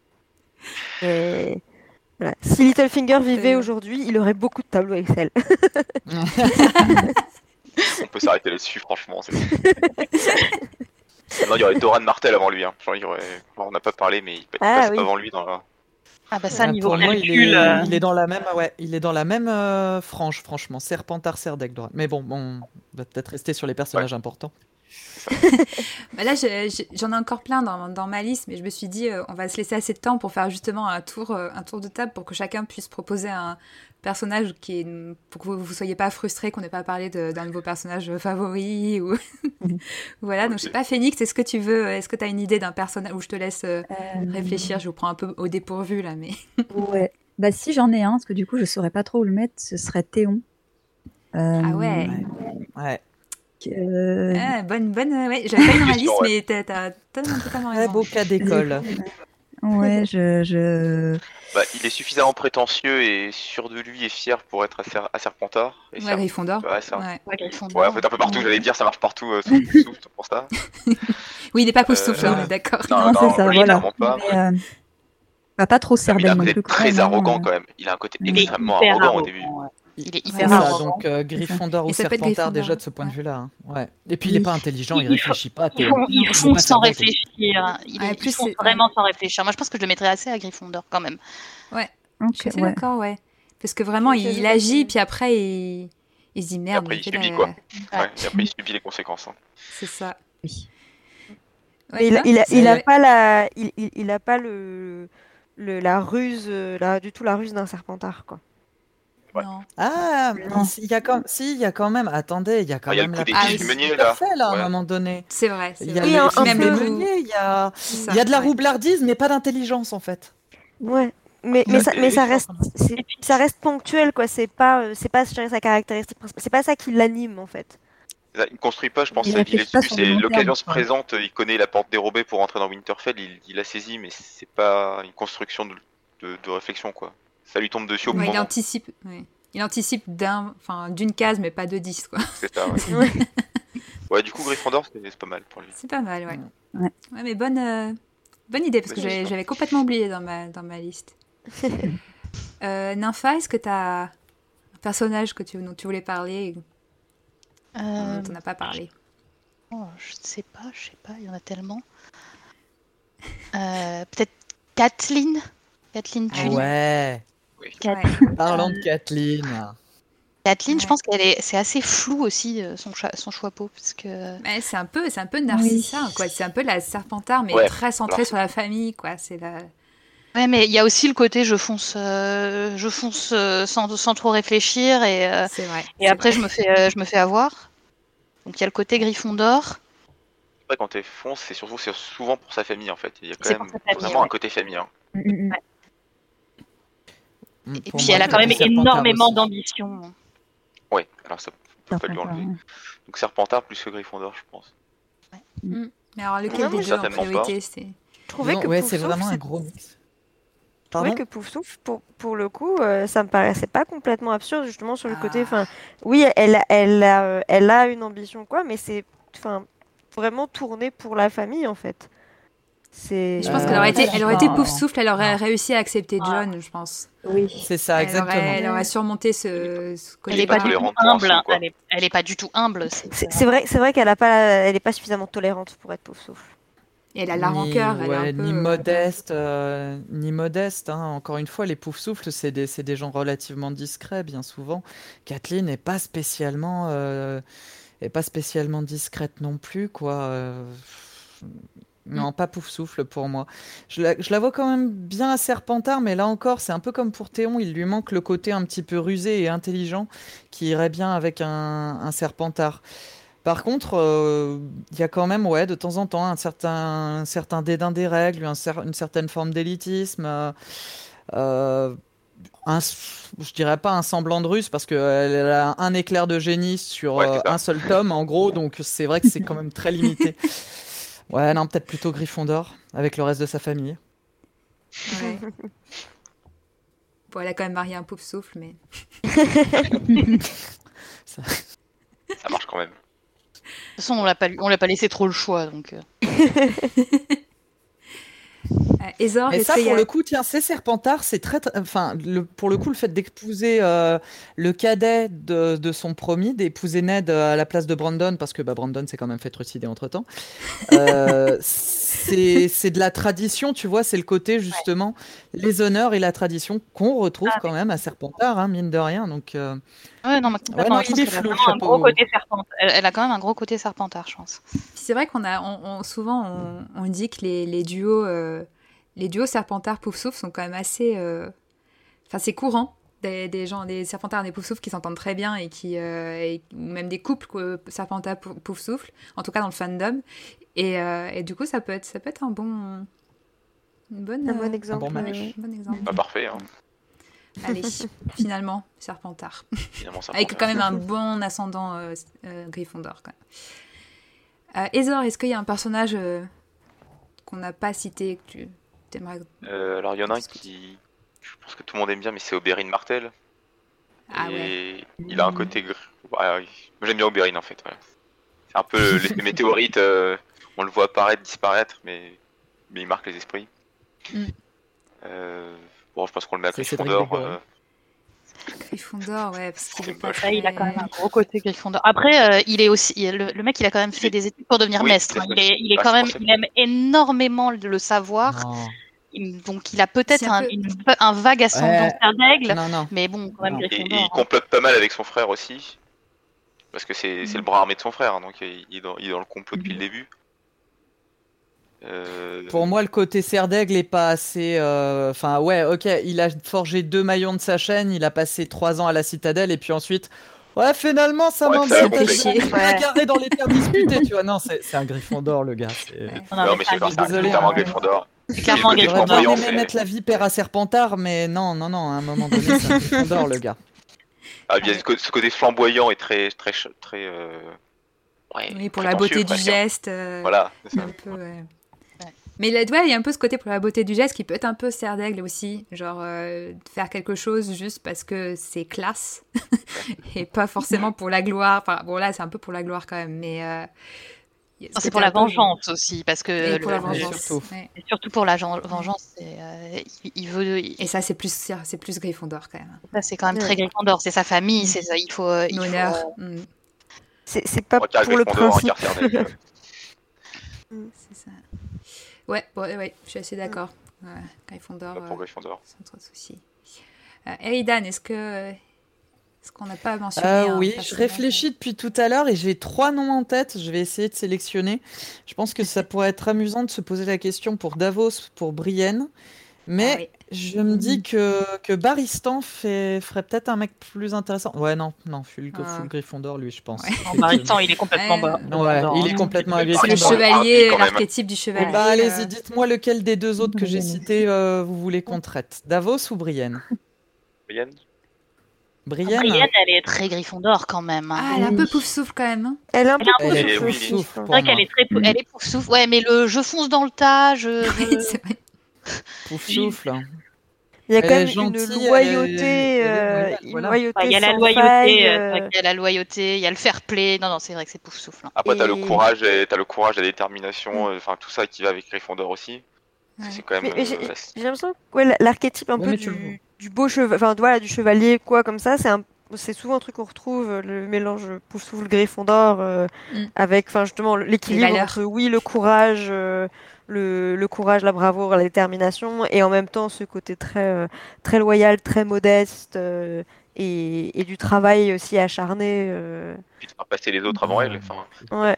Et voilà. Si Littlefinger vivait Euh. aujourd'hui, il aurait beaucoup de tableaux Excel. On peut s'arrêter là-dessus, franchement. c'est- Non, il y aurait Doran Martell avant lui. Hein. Genre, il y aurait... bon, on n'a pas parlé, mais il passe Ah, pas oui. avant lui dans la... Ah bah ça, Ah, niveau pour moi, il calcul, est, euh. il est dans la même, ouais, il est dans la même euh, frange, franchement. Serpentard, Serdaigle, droit. Mais bon, on va peut-être rester sur les personnages importants. Bah là, je- je- j'en ai encore plein dans, dans ma liste, mais je me suis dit, euh, on va se laisser assez de temps pour faire justement un tour, euh, un tour de table pour que chacun puisse proposer un personnage qui est, pour que vous ne soyez pas frustrés qu'on n'ait pas parlé de- d'un de vos personnages favoris. Ou... voilà, donc je sais pas, Phoenix, est-ce que tu veux, est-ce que tu as une idée d'un personnage où je te laisse euh, Euh, réfléchir? Je vous prends un peu au dépourvu là, mais. Ouais. Bah si j'en ai un, parce que du coup je saurais pas trop où le mettre, ce serait Théon. Euh, Ah ouais. Ouais. euh, Ah, bonne, bonne, euh, ouais, j'avais pas eu dans ma liste, Ouais. mais t'as, t'as totalement, totalement Très raison. beau cas d'école. Ouais, je, je... Bah, il est suffisamment prétentieux et sûr de lui et fier pour être à, Ser- à Serpentard. Et Ouais, Ser- Gryffondor. Ouais, ça... Ouais. Ouais, Gryffondor. ouais, en fait, un peu partout, j'allais dire, ça marche partout, euh, sauf, sauf pour ça. Oui, il n'est pas Poustouffle, Euh, on est d'accord. Non, c'est ça, lui, voilà. clairement pas. Mais, euh, bah, pas trop Il a Serdaigle un non côté plus. quand très même, hein, arrogant euh. quand même. Il a un côté Il est extrêmement hyper arrogant au arrogant, début. ouais. Il est Ouais, hyper C'est ça, arrogant. donc euh, Gryffondor Et ou ça peut être Serpentard Gryffondor, déjà de ce point de ouais. vue-là. hein. Ouais. Et puis il est Oui. pas intelligent, il Il- réfléchit pas. Ils Théo. font, ils C'est font pas sans Serdaigle. réfléchir. Il, Ouais, est- plus ils font c'est- vraiment sans réfléchir. Moi, je pense que je le mettrais assez à Gryffondor quand même. Je Ok, suis assez ouais. d'accord, ouais. Parce que vraiment, Ok, il, je il sais agit, pas. puis après, il, Il se dit Et merde, après, mais il fait subit la- quoi. Ouais. Ouais, et après, il subit les conséquences. hein. c'est ça. Oui. Ouais, Mais il, a- hein, il, a, c'est- il a ouais. pas la, il, il, il a pas le, le la ruse, euh, la, du tout la ruse d'un serpentard, quoi. Ouais. Non. Ah, Non. il y a quand... si, il y a quand même. Attendez, il y a quand Ah, il y a le même coup la des Ah partie oui. dix-huit meuniers, super là. fait, là, à Ouais. un moment donné. C'est vrai, c'est Il y a vrai. Oui, le, un- il y a un Même les le peu. coup. meuniers, il y a, C'est il ça, y a de la ouais. roublardise, mais pas d'intelligence, en fait. Ouais. Mais, mais, Ça, ça, mais c'est- ça Oui, reste, enfin, c'est- ça reste ponctuel, quoi. C'est pas, euh, c'est pas je dirais, sa caractéristique principale. C'est pas ça qui l'anime, en fait. Il ne construit pas, je pense, Il sa ville réfléchit pas là-dessus. sur le C'est long l'occasion terme, se quoi. présente, il connaît la porte dérobée pour entrer dans Winterfell, il, il la saisit, mais c'est pas une construction de, de, de réflexion, quoi. Ça lui tombe dessus au bon Ouais, il moment. anticipe, ouais. Il anticipe d'un, enfin, d'une case, mais pas de dix, quoi. C'est ça, ouais. Ouais. Ouais, du coup, Gryffondor, c'est c'est pas mal pour lui. C'est pas mal, ouais. Ouais. Ouais, mais bonne, euh, bonne idée, parce que Bonne j'avais idée. j'avais complètement oublié dans ma, dans ma liste. Euh, Nympha, est-ce que t'as un personnage que tu, dont tu voulais parler et Euh, dont on n'a pas parlé? oh, je ne sais pas, je sais pas, il y en a tellement. Euh, Peut-être Kathleen Kathleen Ah Tully. Ouais, Kat- Ouais. parlons de Kathleen. Kathleen, je Ouais. pense qu'elle est, c'est assez flou aussi euh, son, cha- son choix peau, parce que Ouais, c'est un peu, c'est un peu Narcissa, Oui. quoi. C'est un peu la Serpentard, mais Ouais, très centrée alors- sur la famille, quoi. C'est la... ouais, mais il y a aussi le côté je fonce, euh, je fonce euh, sans, sans trop réfléchir et, euh, C'est vrai. et c'est après vrai. je me fais, euh, je me fais avoir. Donc il y a le côté Gryffondor. Après, quand t'es fonce, c'est surtout, c'est souvent pour sa famille, en fait. Il y a quand C'est même pour sa famille, vraiment ouais. un côté famille. hein. Mm, mm, mm. Mm, Et pour puis moi, elle a le quand même côté Serpentard énormément aussi. d'ambition. Ouais, alors ça, faut pas lui Serpentard, enlever. ouais. Donc Serpentard plus que Gryffondor, je pense. Mais alors, lequel Ouais, des moi, deux en certainement priorité c'est... Je trouvais Non, que ouais, Poufsouffle, c'est vraiment un c'est- gros mix. je trouvais Pardon? que Poufsouffle, pour, pour le coup, euh, ça me paraissait pas complètement absurde, justement, sur le côté. Ah. Enfin, oui, elle, a- elle, a, euh, elle a une ambition, quoi, mais c'est enfin, vraiment tourné pour la famille, en fait. C'est. Je pense Euh, qu'elle aurait été, ouais, elle aurait été non. Poufsouffle, elle aurait Non. réussi à accepter Ah. John, je pense. Oui. C'est ça, Elle exactement. aurait, elle aurait surmonté ce, ce Elle côté est pas pas du tout tolérante pour un humble. sou, quoi. Elle est, elle est pas du tout humble. c'est- C'est c'est vrai, c'est vrai qu'elle a pas, elle est pas suffisamment tolérante pour être Poufsouffle. Et elle a la Ni, rancœur, elle est ouais, un peu... ni euh, modeste, euh, ni modeste. hein. Encore une fois, les Poufsouffles, c'est des, c'est des gens relativement discrets, bien souvent. Kathleen n'est pas spécialement, euh, est pas spécialement discrète non plus, quoi. euh, Non, pas Poufsouffle pour moi. Je la, je la vois quand même bien à Serpentard, mais là encore, c'est un peu comme pour Théon, il lui manque le côté un petit peu rusé et intelligent qui irait bien avec un, un Serpentard. Par contre, euh, il y a quand même, ouais, de temps en temps, un certain, un certain dédain des règles, un cer- une certaine forme d'élitisme, euh, euh, un, je dirais pas un semblant de ruse, parce qu'elle a un éclair de génie sur Ouais, c'est euh, ça. un seul tome, en gros, donc c'est vrai que c'est quand même très limité. Ouais, non, peut-être plutôt Gryffondor, avec le reste de sa famille. ouais. Bon, elle a quand même marié un Poufsouffle, mais... Ça marche quand même. De toute façon, on l'a pas, on l'a pas laissé trop le choix, donc. euh. Euh, Ezor, Mais est-ce ça, qu'il y pour a... le coup, tiens, c'est Serpentard, c'est très, très- enfin, le, pour le coup, le fait d'épouser euh, le cadet de, de son promis, d'épouser Ned à la place de Brandon, parce que bah, Brandon s'est quand même fait trucider entre-temps, euh, c'est c'est de la tradition, tu vois, c'est le côté, justement, les honneurs et la tradition qu'on retrouve Ah, quand même à Serpentard, hein, mine de rien, donc... euh, Ouais, non, mais complètement. non, Je il pense est qu'elle a flou, le vraiment un chapeau. gros côté serpentard. Elle, elle a quand même un gros côté serpentard, je pense. Puis c'est vrai qu'on a, on, on- souvent on, on dit que les, les duos, euh, les duos Serpentard Poufsouffle sont quand même assez, euh, enfin c'est courant des, des gens, des Serpentards et des Poufsouffle qui s'entendent très bien et qui, euh, et- ou même des couples quoi, Serpentard Pou- Poufsouffle, en tout cas dans le fandom. Et, euh, et du coup ça peut être, ça peut être un bon, une bonne, Un bon euh, exemple. bon match. euh, un bon exemple. Pas parfait, hein. Allez, finalement Serpentard, Finalement, ça avec prend- quand même un bon ascendant euh, euh, Gryffondor quand même. Euh, Ezor, est-ce qu'il y a un personnage euh, qu'on n'a pas cité que tu aimerais... Euh, alors, il y en a un qui. Je pense que tout le monde aime bien, mais c'est Oberyn Martell. Ah et ouais. il a un côté. gr- Ouais, oui. Moi, j'aime bien Oberyn en fait. Voilà. C'est un peu l'effet météorite. euh, on le voit apparaître, disparaître, mais, mais il marque les esprits. Mm. Euh, Bon, je pense qu'on le met à C'est Cédric Gryffondor. Diggory. euh, Gryffondor, ouais, parce qu'il C'est est pas moche. très... Ouais, il a quand même un gros côté Gryffondor. Après, euh, il est aussi il- le, le mec, il a quand même fait des études pour devenir Oui, maître. c'est hein. ça. Il est, il est Ah, quand c'est même, pour ça. il aime énormément le le savoir. Non, Il- Donc, il a peut-être C'est un un, peu- une- un vague ascendant Ouais. d'aigle, non, non. mais bon, quand même Non. Et, et Gryffondor. il hein. complote pas mal avec son frère aussi. Parce que c'est c'est Mhm. le bras armé de son frère, hein, donc il il est dans, il est dans le complot depuis Mhm. le début. Euh, Pour moi, le côté serre d'aigle est pas assez. euh, Enfin, ouais, ok, il a forgé deux maillons de sa chaîne, il a passé trois ans à la citadelle, et puis ensuite, ouais, finalement, ça Ouais, ça a m'embête, fait je gonflé. vais chier. aller Ouais. bagarrer dans les terres disputées, tu vois. Non, c'est c'est un Gryffondor, le gars. c'est- Ouais. Non, Non, mais mais c'est c'est un genre, c'est un- c'est Désolé, clairement un hein. Gryffondor. C'est Puis le clairement un côté J'aurais bien flamboyant, aimé c'est. mettre la vipère à Serpentard, mais non, non, non, à un moment donné, c'est un Gryffondor, le gars. Ah, bien, Ouais. ce co- ce côté flamboyant et très. très, ch- très euh, ouais, Oui, pour la prétentieux, beauté du presque, hein. geste. euh, Voilà, c'est ça. Un peu, ouais. Ouais. Mais là, ouais, il y a un peu ce côté pour la beauté du geste qui peut être un peu serre d'aigle aussi. Genre, euh, faire quelque chose juste parce que c'est classe et pas forcément pour la gloire. Enfin, bon, là, c'est un peu pour la gloire quand même, mais. euh, il y a ce Non, c'est côté pour un la peu- vengeance aussi, parce que Et pour la le- le- Ouais, vengeance. surtout. ouais. et surtout pour la gen- vengeance, c'est, euh, il, il veut, il- Et ça, c'est plus, c'est plus Gryffondor quand même. ça c'est quand même très Ouais. Gryffondor, c'est sa famille, Mm. c'est ça, il faut, euh, il faut, L'honneur. euh, mm, C'est c'est pas Un quart pour le Gryffondor, un principe. quart Serre-d'Aigle. C'est ça. Ouais, ouais, ouais, je suis assez d'accord. Ouais, Gryffondor, Pas pour euh, Gryffondor. sans trop de soucis. Euh, Eridan, est-ce que. Est-ce qu'on n'a pas mentionné Euh, un oui, je personnage réfléchis depuis tout à l'heure et j'ai trois noms en tête. Je vais essayer de sélectionner. Je pense que ça pourrait être amusant de se poser la question pour Davos, pour Brienne. Mais Ah oui. je me dis que, que Baristan fait, ferait peut-être un mec plus intéressant. Ouais, non, non, full, Ah. full Gryffondor, lui, je pense. Ouais. en Baristan, il est complètement Ouais. bas. Ouais, Gryffondor, il hein. est complètement C'est C'est le Baristan, Gryffondor. le hardi, chevalier, quand même. l'archétype du Eh chevalier. bah, allez-y, euh, dites-moi lequel des deux autres que j'ai Brienne. cités euh, vous voulez qu'on traite. Davos ou Brienne? Brienne. Brienne? Brienne, elle est très Gryffondor quand même, hein. Ah, elle est un peu Oui. pouf souffle quand même. hein. Elle est un Elle peu a un plus peu Elle est souffle oui, aussi, souffle je pense. pour C'est vrai qu'elle moi. est très, pou- elle est pour souffle. Ouais, mais le je fonce dans le tas, je, je- Oui, c'est vrai. Pouf souffle. Il y a Elle quand est même gentille, une elle est- loyauté, elle est euh, loyale, une voilà. loyauté Ouais, il y a la sans loyauté, faille, euh, c'est vrai euh, qu'il y a la loyauté, il y a le fair play. Non, non, c'est vrai que c'est pouf souffle, hein. Après, t'as le Et- courage, et t'as le courage, la détermination, Mm. euh, enfin tout ça qui va avec Gryffondor aussi. Ouais. C'est quand même. Mais, mais j'ai euh, j'ai l'impression que ouais, la- l'archétype un Ouais, peu mais tu le vois. du, du beau chevalier, enfin voilà, du chevalier quoi comme ça, c'est un, c'est souvent un truc qu'on retrouve, euh, le mélange Poufsouffle Gryffondor euh, Mm. avec, enfin justement l'équilibre valeurs. entre oui le courage, euh, le, le courage, la bravoure, la détermination et en même temps ce côté très euh, très loyal, très modeste euh, et, et du travail aussi acharné. euh, puis de faire passer les autres avant Ouais. elle. Enfin, Ouais.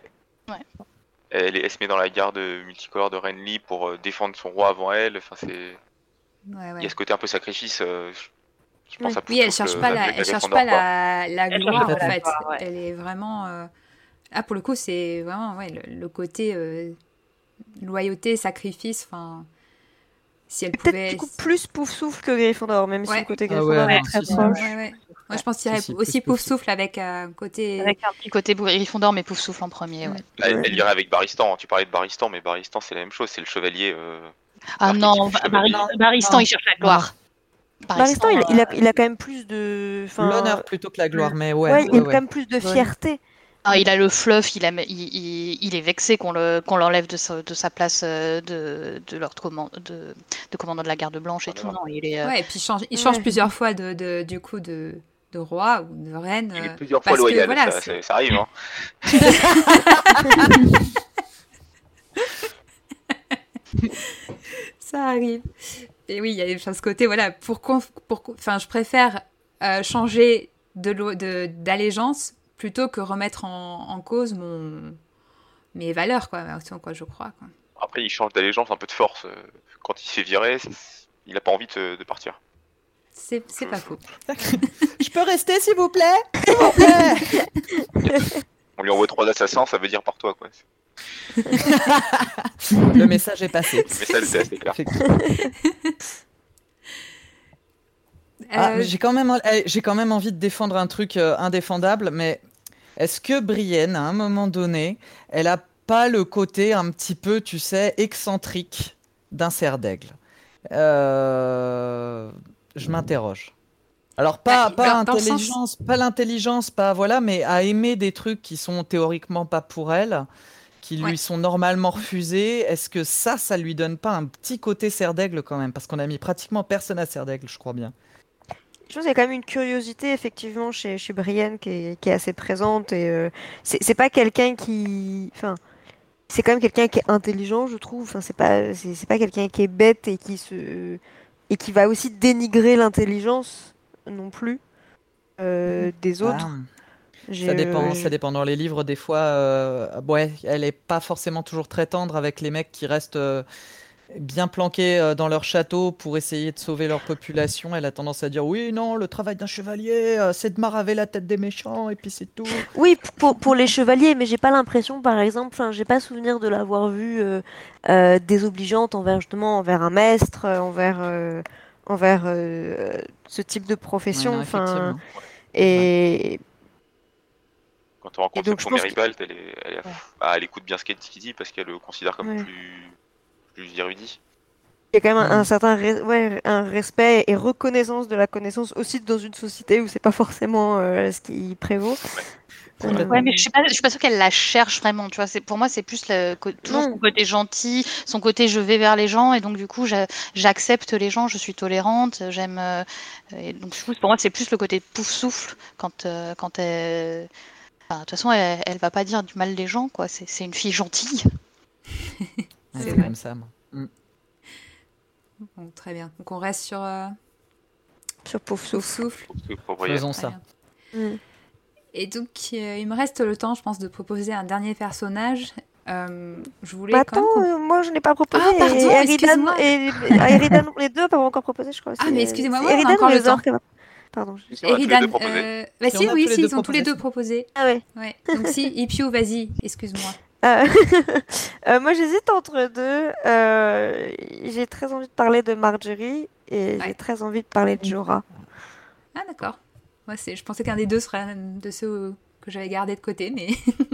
elle, est- elle se met dans la garde multicolore de Renly pour euh, défendre son roi avant elle. Enfin, c'est. Ouais, Il ouais. y a ce côté un peu sacrifice. euh, je, je pense Oui. à Oui, elle Poufsouffle, cherche euh, pas avec la, la elle cherche Gryffondor, pas quoi. la, la Elle gloire cherche en pas la fait. gloire, ouais. Elle est vraiment. euh, Là, pour le coup, c'est vraiment ouais, le, le côté euh, loyauté, sacrifice. Enfin, si elle Peut-être pouvait. du coup plus Poufsouffle que Gryffondor, même si Ouais. le côté Ah Gryffondor ouais, est non, très si, si. proche. Ouais, ouais. Moi, je pense qu'il y aurait Si, si, aussi plus pouf souffle avec un côté. Avec un petit côté Gryffondor, mais pouf souffle en premier, ouais. Elle, elle irait avec Baristan. Tu parlais de Baristan, mais Baristan c'est la même chose. C'est le chevalier. euh, Ah non, l'archétype du Bar- chevalier. Baristan, Non. il cherche la gloire. Baristan, il, il a, euh, il a quand même plus de. enfin, L'honneur plutôt que la gloire, mais ouais. Ouais, ouais, il a ouais. quand même plus de Ouais. fierté. ah, il a le fluff, il, a, il, il, il est vexé qu'on le, qu'on l'enlève de sa, de sa place euh, de, de, l'ordre command- de, de commandant de la garde blanche et tout. Non, il est, euh, Ouais, et puis il change, il change Ouais. plusieurs fois de, de- du coup de, de roi ou de reine. Il est euh, plusieurs fois parce que, loyal. voilà, ça, c'est- ça- ça arrive. Hein. Ça arrive. Et oui, il y a enfin, ce côté, voilà, pour, conf- pour enfin, je préfère euh, changer de, lo- de- d'allégeance plutôt que remettre en, en cause mon, mes valeurs, quoi, en quoi je crois. Quoi. Après, il change d'allégeance, un peu de force. euh, Quand il se fait virer, c'est- il a pas envie de, de partir. C'est, c'est pas faux. Je peux rester, s'il vous plaît? S'il vous plaît. On lui envoie trois assassins, ça veut dire par toi, quoi. Le message est passé. Mais ça, c'est assez clair. Effectivement. Ah, Euh, mais j'ai quand même, eh, j'ai quand même envie de défendre un truc euh, indéfendable, mais est-ce que Brienne, à un moment donné, elle a pas le côté un petit peu, tu sais, excentrique d'un cerf d'aigle? Euh, Je m'interroge. Alors pas, Bah, pas dans- dans le intelligence, pas l'intelligence, pas voilà, mais à aimer des trucs qui sont théoriquement pas pour elle, qui lui Ouais. sont normalement refusés. Est-ce que ça, ça lui donne pas un petit côté cerf d'aigle quand même? Parce qu'on a mis pratiquement personne à cerf d'aigle, je crois bien. Je pense qu'il y a quand même une curiosité effectivement chez, chez Brienne qui est, qui est assez présente et euh, c'est c'est pas quelqu'un qui, enfin, c'est quand même quelqu'un qui est intelligent, je trouve. Enfin, c'est pas, c'est c'est pas quelqu'un qui est bête et qui se et qui va aussi dénigrer l'intelligence non plus euh, des autres. Ah. J'ai, Ça dépend, euh, ça j'ai- dépend. Dans les livres, des fois, euh, ouais, elle est pas forcément toujours très tendre avec les mecs qui restent euh, bien planqués euh, dans leur château pour essayer de sauver leur population. Elle a tendance à dire oui, non, le travail d'un chevalier, euh, c'est de maraver la tête des méchants et puis c'est tout. Oui, pour, pour les chevaliers, mais j'ai pas l'impression, par exemple, enfin, j'ai pas souvenir de l'avoir vue euh, euh, désobligeante envers justement envers un maître, euh, envers euh, envers euh, ce type de Ouais, profession. non, Enfin, effectivement. C'est vrai. et, Quand on et rencontre ses donc je premiers pense que rivales, elle, est, elle, est- Ouais. ah, elle écoute bien ce qu'elle ce qu'il dit parce qu'elle le considère comme ouais. plus, plus érudit. Il y a quand même un, un Hmm. certain re- ouais, un respect et reconnaissance de la connaissance aussi dans une société où c'est pas forcément euh, ce qui prévaut. Complètement. Ouais, mais Euh, je suis pas, je suis pas sûre qu'elle la cherche vraiment, tu vois. C'est, pour moi, c'est plus le, co- toujours son non, côté gentil, son côté je vais vers les gens, et donc du coup, j'a- j'accepte les gens, je suis tolérante, j'aime. euh, et donc du coup, pour moi, c'est plus le côté pouf souffle quand, euh, quand elle. Enfin, de toute façon, elle, elle va pas dire du mal des gens, quoi. C'est, c'est une fille gentille. Ouais, C'est c'est vrai. comme ça, moi. Hmm. Bon, très bien. Donc on reste sur euh, sur Pouf Pouf Souffle. Souffle. Faut- faut voyer. Faisons Très ça. bien. Mm. Et donc euh, il me reste le temps, je pense, de proposer un dernier personnage. Euh, je voulais Mais quand même attends, qu'on- euh, moi je n'ai pas proposé. Ah, pardon, et Eridan excuse-moi. et, et Eridan, les deux peuvent encore proposer, je crois. Ah, C'est, mais euh, excusez-moi, c'est ouais, on a Eridan ou encore le les temps. orques qui va- Pardon. je- Si on a tous les deux Eridan, proposé. euh... bah Si, si, on a oui, tous les si, deux ils ont tous les proposé, deux c'est bon. proposé. Ah ouais. Ouais. Donc si, Ipiu, vas-y, excuse-moi. Euh, euh, moi j'hésite entre deux. Euh, j'ai très envie de parler de Marjorie et j'ai Ouais. très envie de parler de Jorah. Ah d'accord. Moi, c'est, je pensais qu'un des deux serait un de ceux que j'avais gardé de côté, mais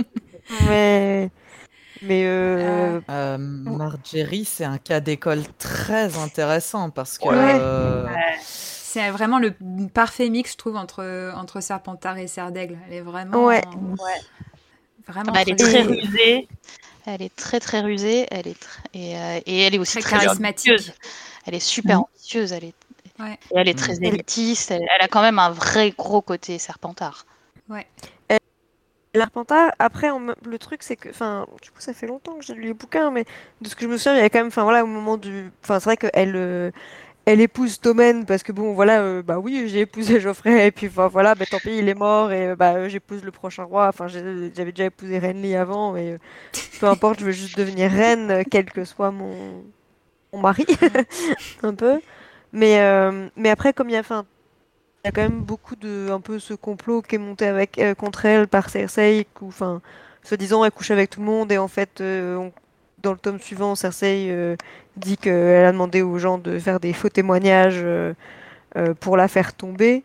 Mais mais Euh, euh, Euh, Marjorie, c'est un cas d'école très intéressant parce que Ouais. Ouais. euh, c'est vraiment le parfait mix, je trouve, entre, entre Serpentard et Serdaigle. Elle est vraiment, ouais. vraiment Bah, elle est très, très Et- rusée. Elle est très très rusée. Elle est tr- et, euh, et elle est aussi très très charismatique. ambitieuse. Elle est super Mhm. ambitieuse. Elle est, Ouais. et elle est Mm. très Elle- élitiste. Elle, elle a quand même un vrai gros côté Serpentard. Ouais. L'Arpentard, après, on me- le truc, c'est que, enfin, du coup, ça fait longtemps que j'ai lu les bouquins, mais de ce que je me souviens, il y a quand même, enfin, voilà, au moment du, enfin, c'est vrai qu'elle, euh, elle épouse Tommen parce que bon, voilà, euh, bah oui, j'ai épousé Geoffrey et puis enfin, voilà, bah tant pis, il est mort et euh, bah euh, j'épouse le prochain roi. Enfin, j'ai- j'avais déjà épousé Renly avant et euh, peu importe, je veux juste devenir reine, euh, quel que soit mon, mon mari, un peu. Mais euh, mais après, comme il y a, enfin, il y a quand même beaucoup de, un peu ce complot qui est monté avec euh, contre elle par Cersei, où, enfin, soi-disant, elle couche avec tout le monde et en fait, euh, on- dans le tome suivant, Cersei euh, dit qu'elle a demandé aux gens de faire des faux témoignages euh, euh, pour la faire tomber.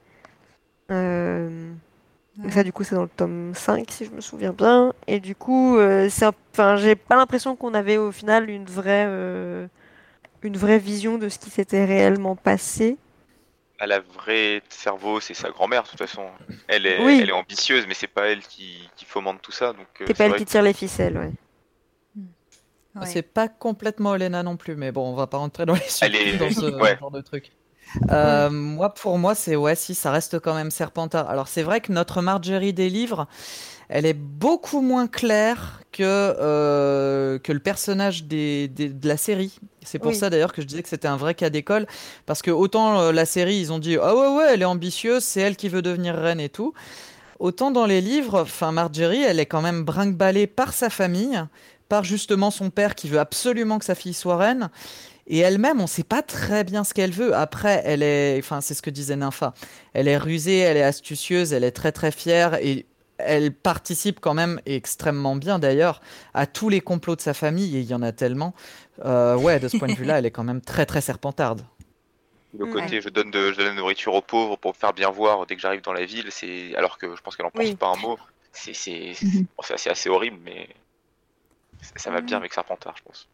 Euh, et ça, du coup, c'est dans le tome cinq, si je me souviens bien. Et du coup, euh, c'est un- enfin, j'ai pas l'impression qu'on avait au final une vraie, euh, une vraie vision de ce qui s'était réellement passé. Ah, la vraie cerveau, c'est sa grand-mère, de toute façon. Elle est, Oui. elle est ambitieuse, mais c'est pas elle qui, qui fomente tout ça. Donc, euh, C'est pas elle vrai qui que- tire les ficelles, ouais. Ouais. C'est pas complètement Olenna non plus, mais bon, on va pas rentrer dans les Elle subtils est- dans ce ouais. genre de truc. Euh, Moi, pour moi, c'est ouais, si ça reste quand même Serpentard. Alors, c'est vrai que notre Marjorie des livres, elle est beaucoup moins claire que euh, que le personnage des, des- de la série. C'est pour Oui. ça d'ailleurs que je disais que c'était un vrai cas d'école, parce que autant euh, la série, ils ont dit ah ouais ouais, elle est ambitieuse, c'est elle qui veut devenir reine et tout. Autant dans les livres, enfin Marjorie, elle est quand même brinque-ballée par sa famille, par justement son père qui veut absolument que sa fille soit reine. Et elle-même, on ne sait pas très bien ce qu'elle veut. Après, elle est, enfin, c'est ce que disait Nympha. Elle est rusée, elle est astucieuse, elle est très très fière et elle participe quand même, et extrêmement bien d'ailleurs, à tous les complots de sa famille. Et il y en a tellement. Euh, ouais, de ce point de vue-là, elle est quand même très très serpentarde. Le Mm. côté je donne de, je donne de la nourriture aux pauvres pour me faire bien voir dès que j'arrive dans la ville, c'est alors que je pense qu'elle en pense Oui. pas un mot. C'est c'est Mhm. bon, c'est assez, assez horrible, mais ça, ça va bien Mm. avec Serpentard, je pense.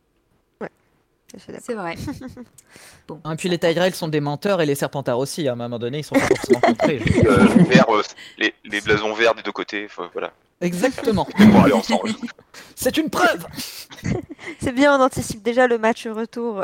Je suis d'accord. C'est vrai. Bon. Et puis les Tyrell sont des menteurs et les Serpentards aussi. À un moment donné, ils sont pas forcément contrés. je- Euh, vert, euh, les, les blasons verts des deux côtés, enfin, voilà, Exactement. pour aller ensemble. C'est une preuve. C'est bien, on anticipe déjà le match retour.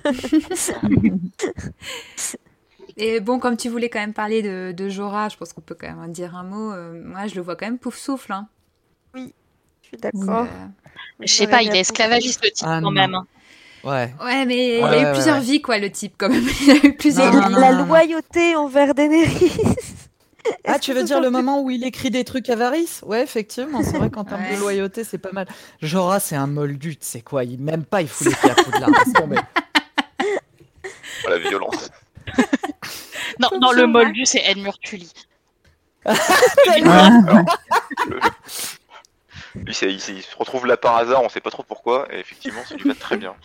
Et bon, comme tu voulais quand même parler de, de Jorah, je pense qu'on peut quand même en dire un mot. Euh, moi, je le vois quand même pouf souffle. Hein. Je suis d'accord. Euh, Mais Je sais j'aurais pas, mis il à est Pouf esclavagiste le type Ah, quand non. même. hein. Ouais. Ouais, mais il Ouais, a eu ouais, plusieurs ouais. vies, quoi, le type, quand même. Il a eu plusieurs Non, Et non, vies. non, la non, non. loyauté envers Daenerys. Ah, Est-ce tu que veux ce dire sera le plus- moment où il écrit des trucs à Varys? Ouais, effectivement, c'est vrai qu'en termes Ouais. de loyauté, c'est pas mal. Jorah, c'est un moldu, tu sais quoi, il même pas, il fout les pieds à Poudlard, laisse tomber. Oh, la violence. Non, Pauvre non, le Jorah. moldu, c'est Edmure Tully. Ah, Alors, le- lui, c'est- il, il se retrouve là par hasard, on sait pas trop pourquoi, et effectivement, ça lui va très bien.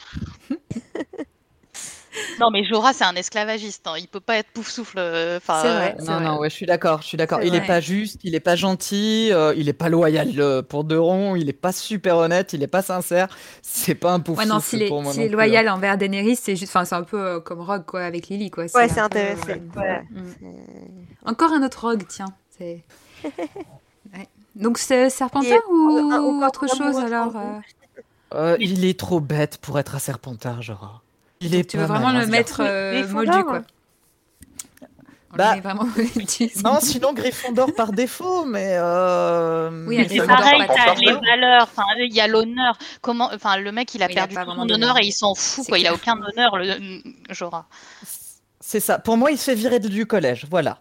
Non, mais Jorah, c'est un esclavagiste. Hein. Il peut pas être pouf souffle. Enfin, C'est euh, vrai, c'est Non, vrai. non, ouais, je suis d'accord, je suis d'accord. C'est Il est vrai. pas juste, il est pas gentil, euh, il est pas loyal euh, pour deux ronds, il est pas super honnête, il est pas sincère. C'est pas un pouf Ouais, non, souffle s'il est, pour moi s'il non est plus, hein. loyal envers Daenerys, c'est juste, enfin, c'est un peu euh, comme Rogue, quoi, avec Lily, quoi. Ouais, un c'est peu, intéressé. euh, Ouais. mm. C'est- Encore un autre Rogue, tiens. C'est... Ouais. Donc, c'est Serpentard Et, ou euh, un- encore autre un chose, amoureux alors sans euh, Euh, il est trop bête pour être à Serpentard, Jorah. Il est Donc, tu veux pas vraiment malin, le ce mettre garçon. euh, Gryffondor, moldu, quoi. hein. On Bah, le met vraiment moldu. Non, sinon Gryffondor par défaut, mais euh, Oui, mais un c'est ça Gryffondor marche pareil, pas pas t'as très les bien. valeurs. Enfin, il y a l'honneur. Comment, enfin, le mec, il a Oui, il a perdu pas tout vraiment son d'honneur. honneur et il s'en fout, C'est quoi. Il a clair. aucun honneur, le Jorah. C'est ça. Pour moi, il se fait virer du collège. Voilà.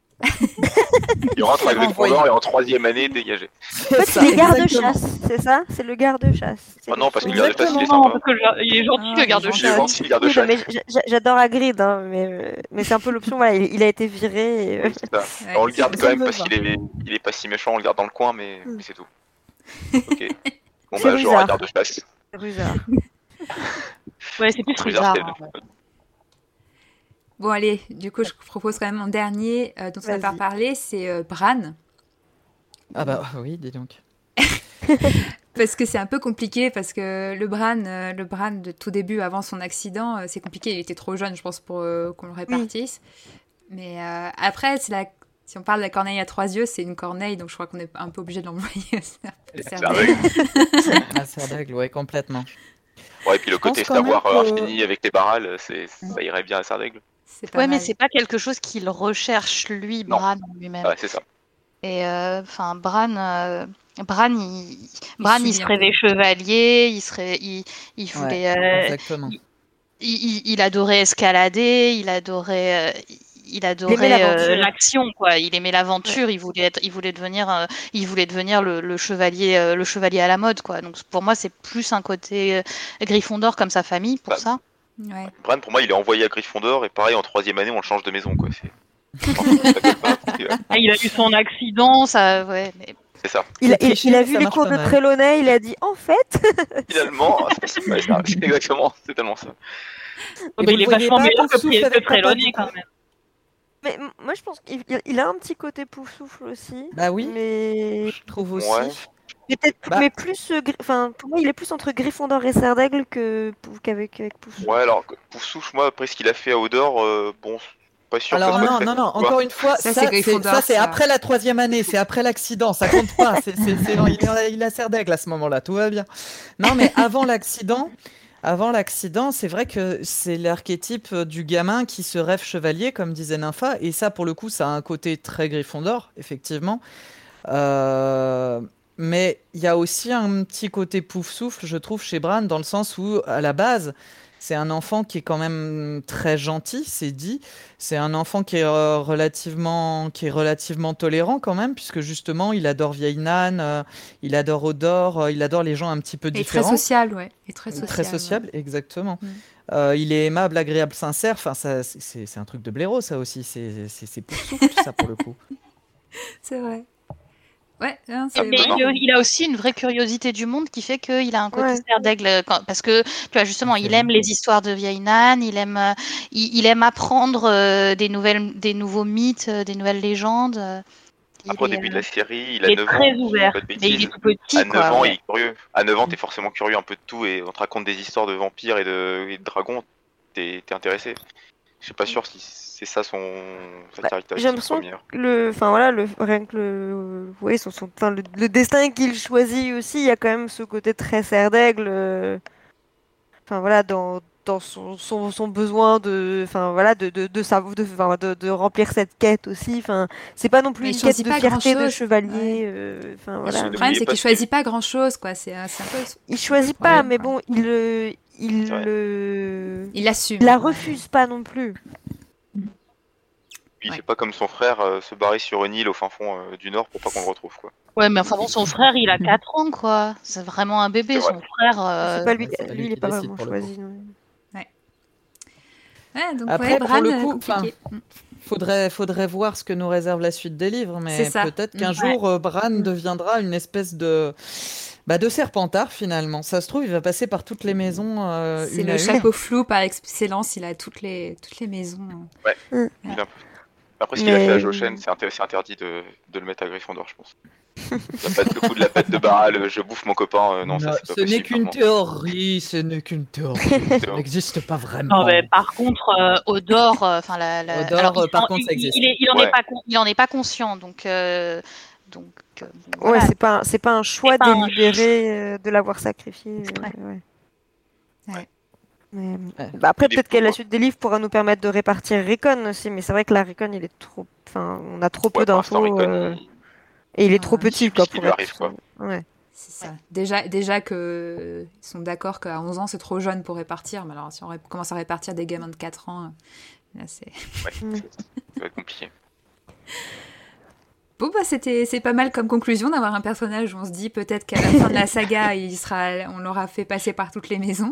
Il rentre à Renvoyé. Gryffondor et en troisième année, dégagé. C'est En fait, ça, c'est les exactement. gardes-chasse, c'est ça? C'est le garde-chasse. C'est Ah non, parce le- qu'il a pas il est Non, sympa. parce que le- il est gentil, Ah, le il est garde Il est gentil. gentil, il garde Oui, non, chasse. mais j- j- j'adore Hagrid, hein, mais, euh, mais c'est un peu l'option, voilà, il, il a été viré. Et, euh, Oui, c'est ça. Ouais. On le garde Ça quand même me parce va. qu'il est, il est pas si méchant, on le garde dans le coin, mais, mais c'est tout. Ok. Bon C'est bah, j'aurai Rusard. garde chasse. Rusard. Ouais, c'est plus Rusard, Rusard. c'est hein. le- Bon, allez, du coup, je propose quand même mon dernier euh, dont on va pas Vas-y. parler, c'est euh, Bran. Ah bah oui, dis donc. Parce que c'est un peu compliqué, parce que le Bran, euh, le Bran de tout début, avant son accident, euh, c'est compliqué. Il était trop jeune, je pense, pour euh, qu'on le répartisse. Mais euh, après, c'est la... si on parle de la corneille à trois yeux, c'est une corneille, donc je crois qu'on est un peu obligé de l'envoyer au cer- au C'est cerveau. un œil. Ah, c'est d'aigle, ouais, complètement. Ouais, et puis le Je pense côté quand savoir même euh, que- infini avec les barrales, c'est, ça irait bien à Sardaigle. C'est pas Ouais, mais mal. c'est pas quelque chose qu'il recherche lui, Non. Bran en lui-même. Ouais, c'est ça. Et enfin, Bran, euh, Bran, il, Bran, il subit se un peu. rêvait chevalier, il serait, il, il voulait, Ouais, euh, exactement. il, il- il adorait escalader, il adorait, euh, il adorait l'aventure. euh, l'action, quoi. Il aimait l'aventure, il voulait être, il voulait devenir, euh, il voulait devenir le, le chevalier, euh, le chevalier à la mode, quoi. Donc pour moi, c'est plus un côté euh, Gryffondor comme sa famille pour Bah, ça. Ouais. Bran, pour moi, il est envoyé à Gryffondor, et pareil, en troisième année, on le change de maison, quoi. C'est, Enfin, ça colle pas, parce que, euh, Ah, il a eu son accident, ça, ouais. Mais... c'est ça. Il, a- C'est il- triché, il a mais vu ça les marche cours pas de mal. Trelawney, il a dit en fait. Finalement, c'est, ouais, c'est- c'est exactement, c'est tellement ça. Oh, Et bah, vous il est le voyez vachement pas, meilleur Pouf que, souffle Pri- que avec papa, Trelawney du quand coup. même. Mais m- moi, je pense qu'il il- il a un petit côté pouf souffle aussi. Bah oui, Mais, je trouve aussi. Ouais. mais peut-être, Bah. mais plus, euh, Gry- enfin, pour moi, il est plus entre Gryffondor et Serdaigle que Pouf- qu'avec avec Pouf souffle. Ouais, alors, Poufsouche, moi, après ce qu'il a fait à Odor, euh, bon, pas sûr Alors que ça soit non, très non, non, fort, quoi. encore une fois, Ça, ça, c'est c'est Gryffondor, ça, c'est ça. après la troisième année, c'est après l'accident, ça compte pas. C'est, c'est, c'est- il, est, il a serre d'aigle à ce moment-là, tout va bien. Non, mais avant l'accident, avant l'accident, c'est vrai que c'est l'archétype du gamin qui se rêve chevalier, comme disait Nympha, et ça, pour le coup, ça a un côté très Gryffondor, effectivement. Euh, mais il y a aussi un petit côté pouf souffle, je trouve, chez Bran, dans le sens où, à la base, c'est un enfant qui est quand même très gentil, c'est dit. C'est un enfant qui est, euh, relativement, qui est relativement tolérant quand même, puisque justement, il adore Vieille Nan, euh, il adore Odor, euh, il adore les gens un petit peu Et très différents. social, ouais. Et très Euh, social. Très ouais. sociable, exactement. Mm. Euh, il est aimable, agréable, sincère. Enfin, ça, c'est- c'est c'est un truc de blaireau, ça aussi. C'est c'est- c'est pouf souffle, ça, pour le coup. C'est vrai. Ouais, non, Ah, c'est Mais Étonnant. il, il a aussi une vraie curiosité du monde qui fait qu'il a un côté Ouais. serre d'aigle. quand- Parce que, tu vois, justement, Ok. il aime les histoires de vieille Nan, il aime, euh, il, il aime apprendre euh, des, nouvelles, des nouveaux mythes, euh, des nouvelles légendes. euh. Il Après, au est, début de euh, la série, il a il est neuf très ans, si je dis ouvert, pas de mais il bêtises. est tout petit, À neuf quoi. ans, ouais. il est curieux. À neuf ans, t'es forcément curieux un peu de tout, et on te raconte des histoires de vampires et de, et de dragons, t'es t'es intéressé. Je suis pas sûr si c'est ça son sa Bah, j'ai caractéristique l'impression première. le, enfin voilà, le, rien que le, ouais, son, son- enfin, le, le destin qu'il choisit aussi, il y a quand même ce côté très Serdaigle. euh, Enfin voilà, dans, dans son, son, son besoin de, enfin voilà, de, de, de, savoir- de, enfin, de, de remplir cette quête aussi. Enfin, c'est pas non plus Mais il une quête choisit de pas fierté de grand-chose. chevalier. euh, Enfin Ouais, voilà, c'est Le de- problème, N'oubliez c'est pas qu'il ce choisit pas grand-chose, quoi. C'est un, c'est un peu... il choisit Ouais. pas, mais bon, il le, il C'est vrai. le, Il assume. il la ouais. refuse pas non plus. Puis il Ouais. fait pas comme son frère euh, se barrer sur une île au fin fond euh, du Nord pour pas qu'on le retrouve, quoi. Ouais, mais enfin bon, son frère, il a quatre ans, quoi. C'est vraiment un bébé, C'est vrai. son frère. euh, C'est pas lui, ouais, c'est pas lui, lui il est qui pas décide vraiment pour le choisi. non. Ouais, donc Après, ouais, pour Bran, le euh, coup, compliqué. Mm. Faudrait, faudrait voir ce que nous réserve la suite des livres, C'est mais ça. peut-être qu'un Mm. jour, euh, Bran Mm. deviendra une espèce de, bah, de Serpentard finalement. Ça se trouve, il va passer par toutes les maisons euh, C'est une le à une. chapeau flou par excellence. Il a toutes les, toutes les maisons. Mm. Il est un peu- Après, ce qu'il a fait à Mais Joshen, c'est inter- c'est interdit de, de le mettre à Gryffondor, je pense. La patte- le coup de la patte de Barral, euh, je bouffe mon copain, euh, non, ça c'est pas ce n'est possible. qu'une maintenant. théorie, ce n'est qu'une théorie, ça n'existe pas vraiment. Non, mais par contre, euh, Odor, euh, enfin la, la- Odor, alors, il, euh, par s'en- contre, ça il, existe. il est- il en Ouais. est pas, con- il en est pas conscient, donc, euh, donc, euh, bon, ouais, voilà. c'est pas, un- c'est pas un choix pas un délibéré euh, de l'avoir sacrifié. euh, Exprès. ouais. Ouais. Mais, Ouais. bah après, Il est peut-être fou, que la quoi. suite des livres pourra nous permettre de répartir Recon aussi, mais c'est vrai que la Recon, il est trop, enfin, on a trop peu Ouais, pour l'instant, d'infos Rickon, euh, il- et il est Ouais. trop il petit subit quoi ce qui pour lui être. arrive, quoi. Ouais. C'est ça. Déjà, déjà que ils sont d'accord qu'à onze ans, c'est trop jeune pour répartir. Mais alors, si on ré- commence à répartir des gamins de quatre ans, là, c'est... Ouais, Mm. ça va être compliqué. Bon, bah, c'était, c'est pas mal comme conclusion d'avoir un personnage où on se dit peut-être qu'à la fin de la saga, il sera, on l'aura fait passer par toutes les maisons.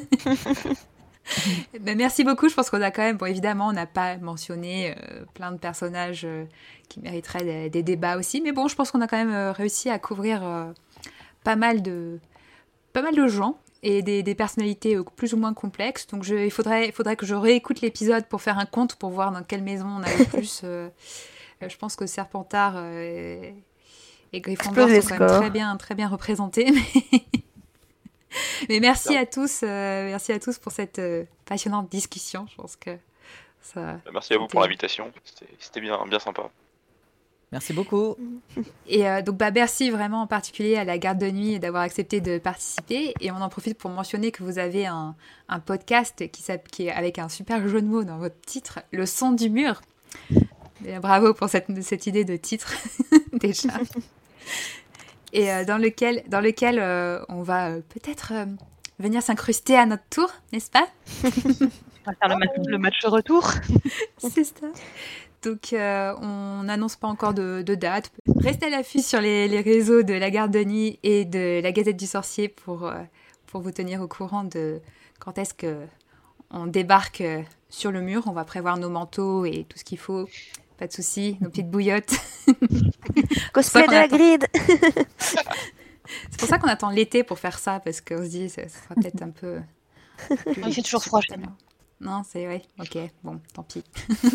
Ben, merci beaucoup. Je pense qu'on a quand même, bon, évidemment, on n'a pas mentionné euh, plein de personnages euh, qui mériteraient des, des débats aussi. Mais bon, je pense qu'on a quand même euh, réussi à couvrir euh, pas mal de, pas mal de gens et des, des personnalités euh, plus ou moins complexes. Donc, je, il faudrait, il faudrait que je réécoute l'épisode pour faire un compte pour voir dans quelle maison on a le plus. euh, euh, je pense que Serpentard euh, et Gryffondor Explose les sont quand même scores. très bien, très bien représentés. Mais... Mais merci à tous, euh, merci à tous pour cette euh, passionnante discussion. Je pense que ça. Merci à vous pour c'était- l'invitation, c'était c'était bien, bien sympa. Merci beaucoup. Et euh, donc bah merci vraiment en particulier à la garde de nuit d'avoir accepté de participer. Et on en profite pour mentionner que vous avez un, un podcast qui, s'app- qui est avec un super jeu de mots dans votre titre, Le son du mur. Et bravo pour cette, cette idée de titre déjà. Et euh, dans lequel, dans lequel euh, on va euh, peut-être euh, venir s'incruster à notre tour, n'est-ce pas? On va faire le match, le match retour. C'est ça. Donc, euh, on n'annonce pas encore de, de date. Restez à l'affût sur les, les réseaux de la Garde de Nuit et de la Gazette du Sorcier pour, euh, pour vous tenir au courant de quand est-ce qu'on débarque euh, sur le mur. On va prévoir nos manteaux et tout ce qu'il faut. Pas de soucis, nos petites bouillottes. Cosplay qu'on de la attend. grid. C'est pour ça qu'on attend l'été pour faire ça, parce qu'on se dit ça, ça sera peut-être un peu... plus- Il fait toujours froid chez nous. Non, c'est vrai. Ok, bon, tant pis.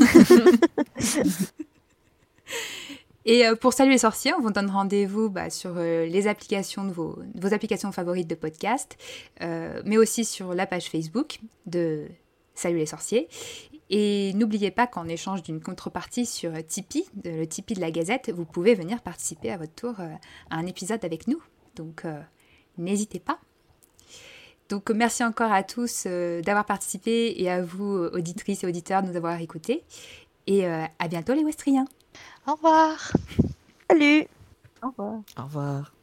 Et euh, pour Salut les sorciers, on vous donne rendez-vous bah, sur euh, les applications de vos, vos applications favorites de podcast, euh, mais aussi sur la page Facebook de Salut les sorciers. Et n'oubliez pas qu'en échange d'une contrepartie sur Tipeee, de- le Tipeee de la Gazette, vous pouvez venir participer à votre tour euh, à un épisode avec nous. Donc euh, n'hésitez pas. Donc merci encore à tous euh, d'avoir participé et à vous, euh, auditrices et auditeurs, de nous avoir écoutés. Et euh, à bientôt les Westriens. Au revoir. Salut. Au revoir. Au revoir.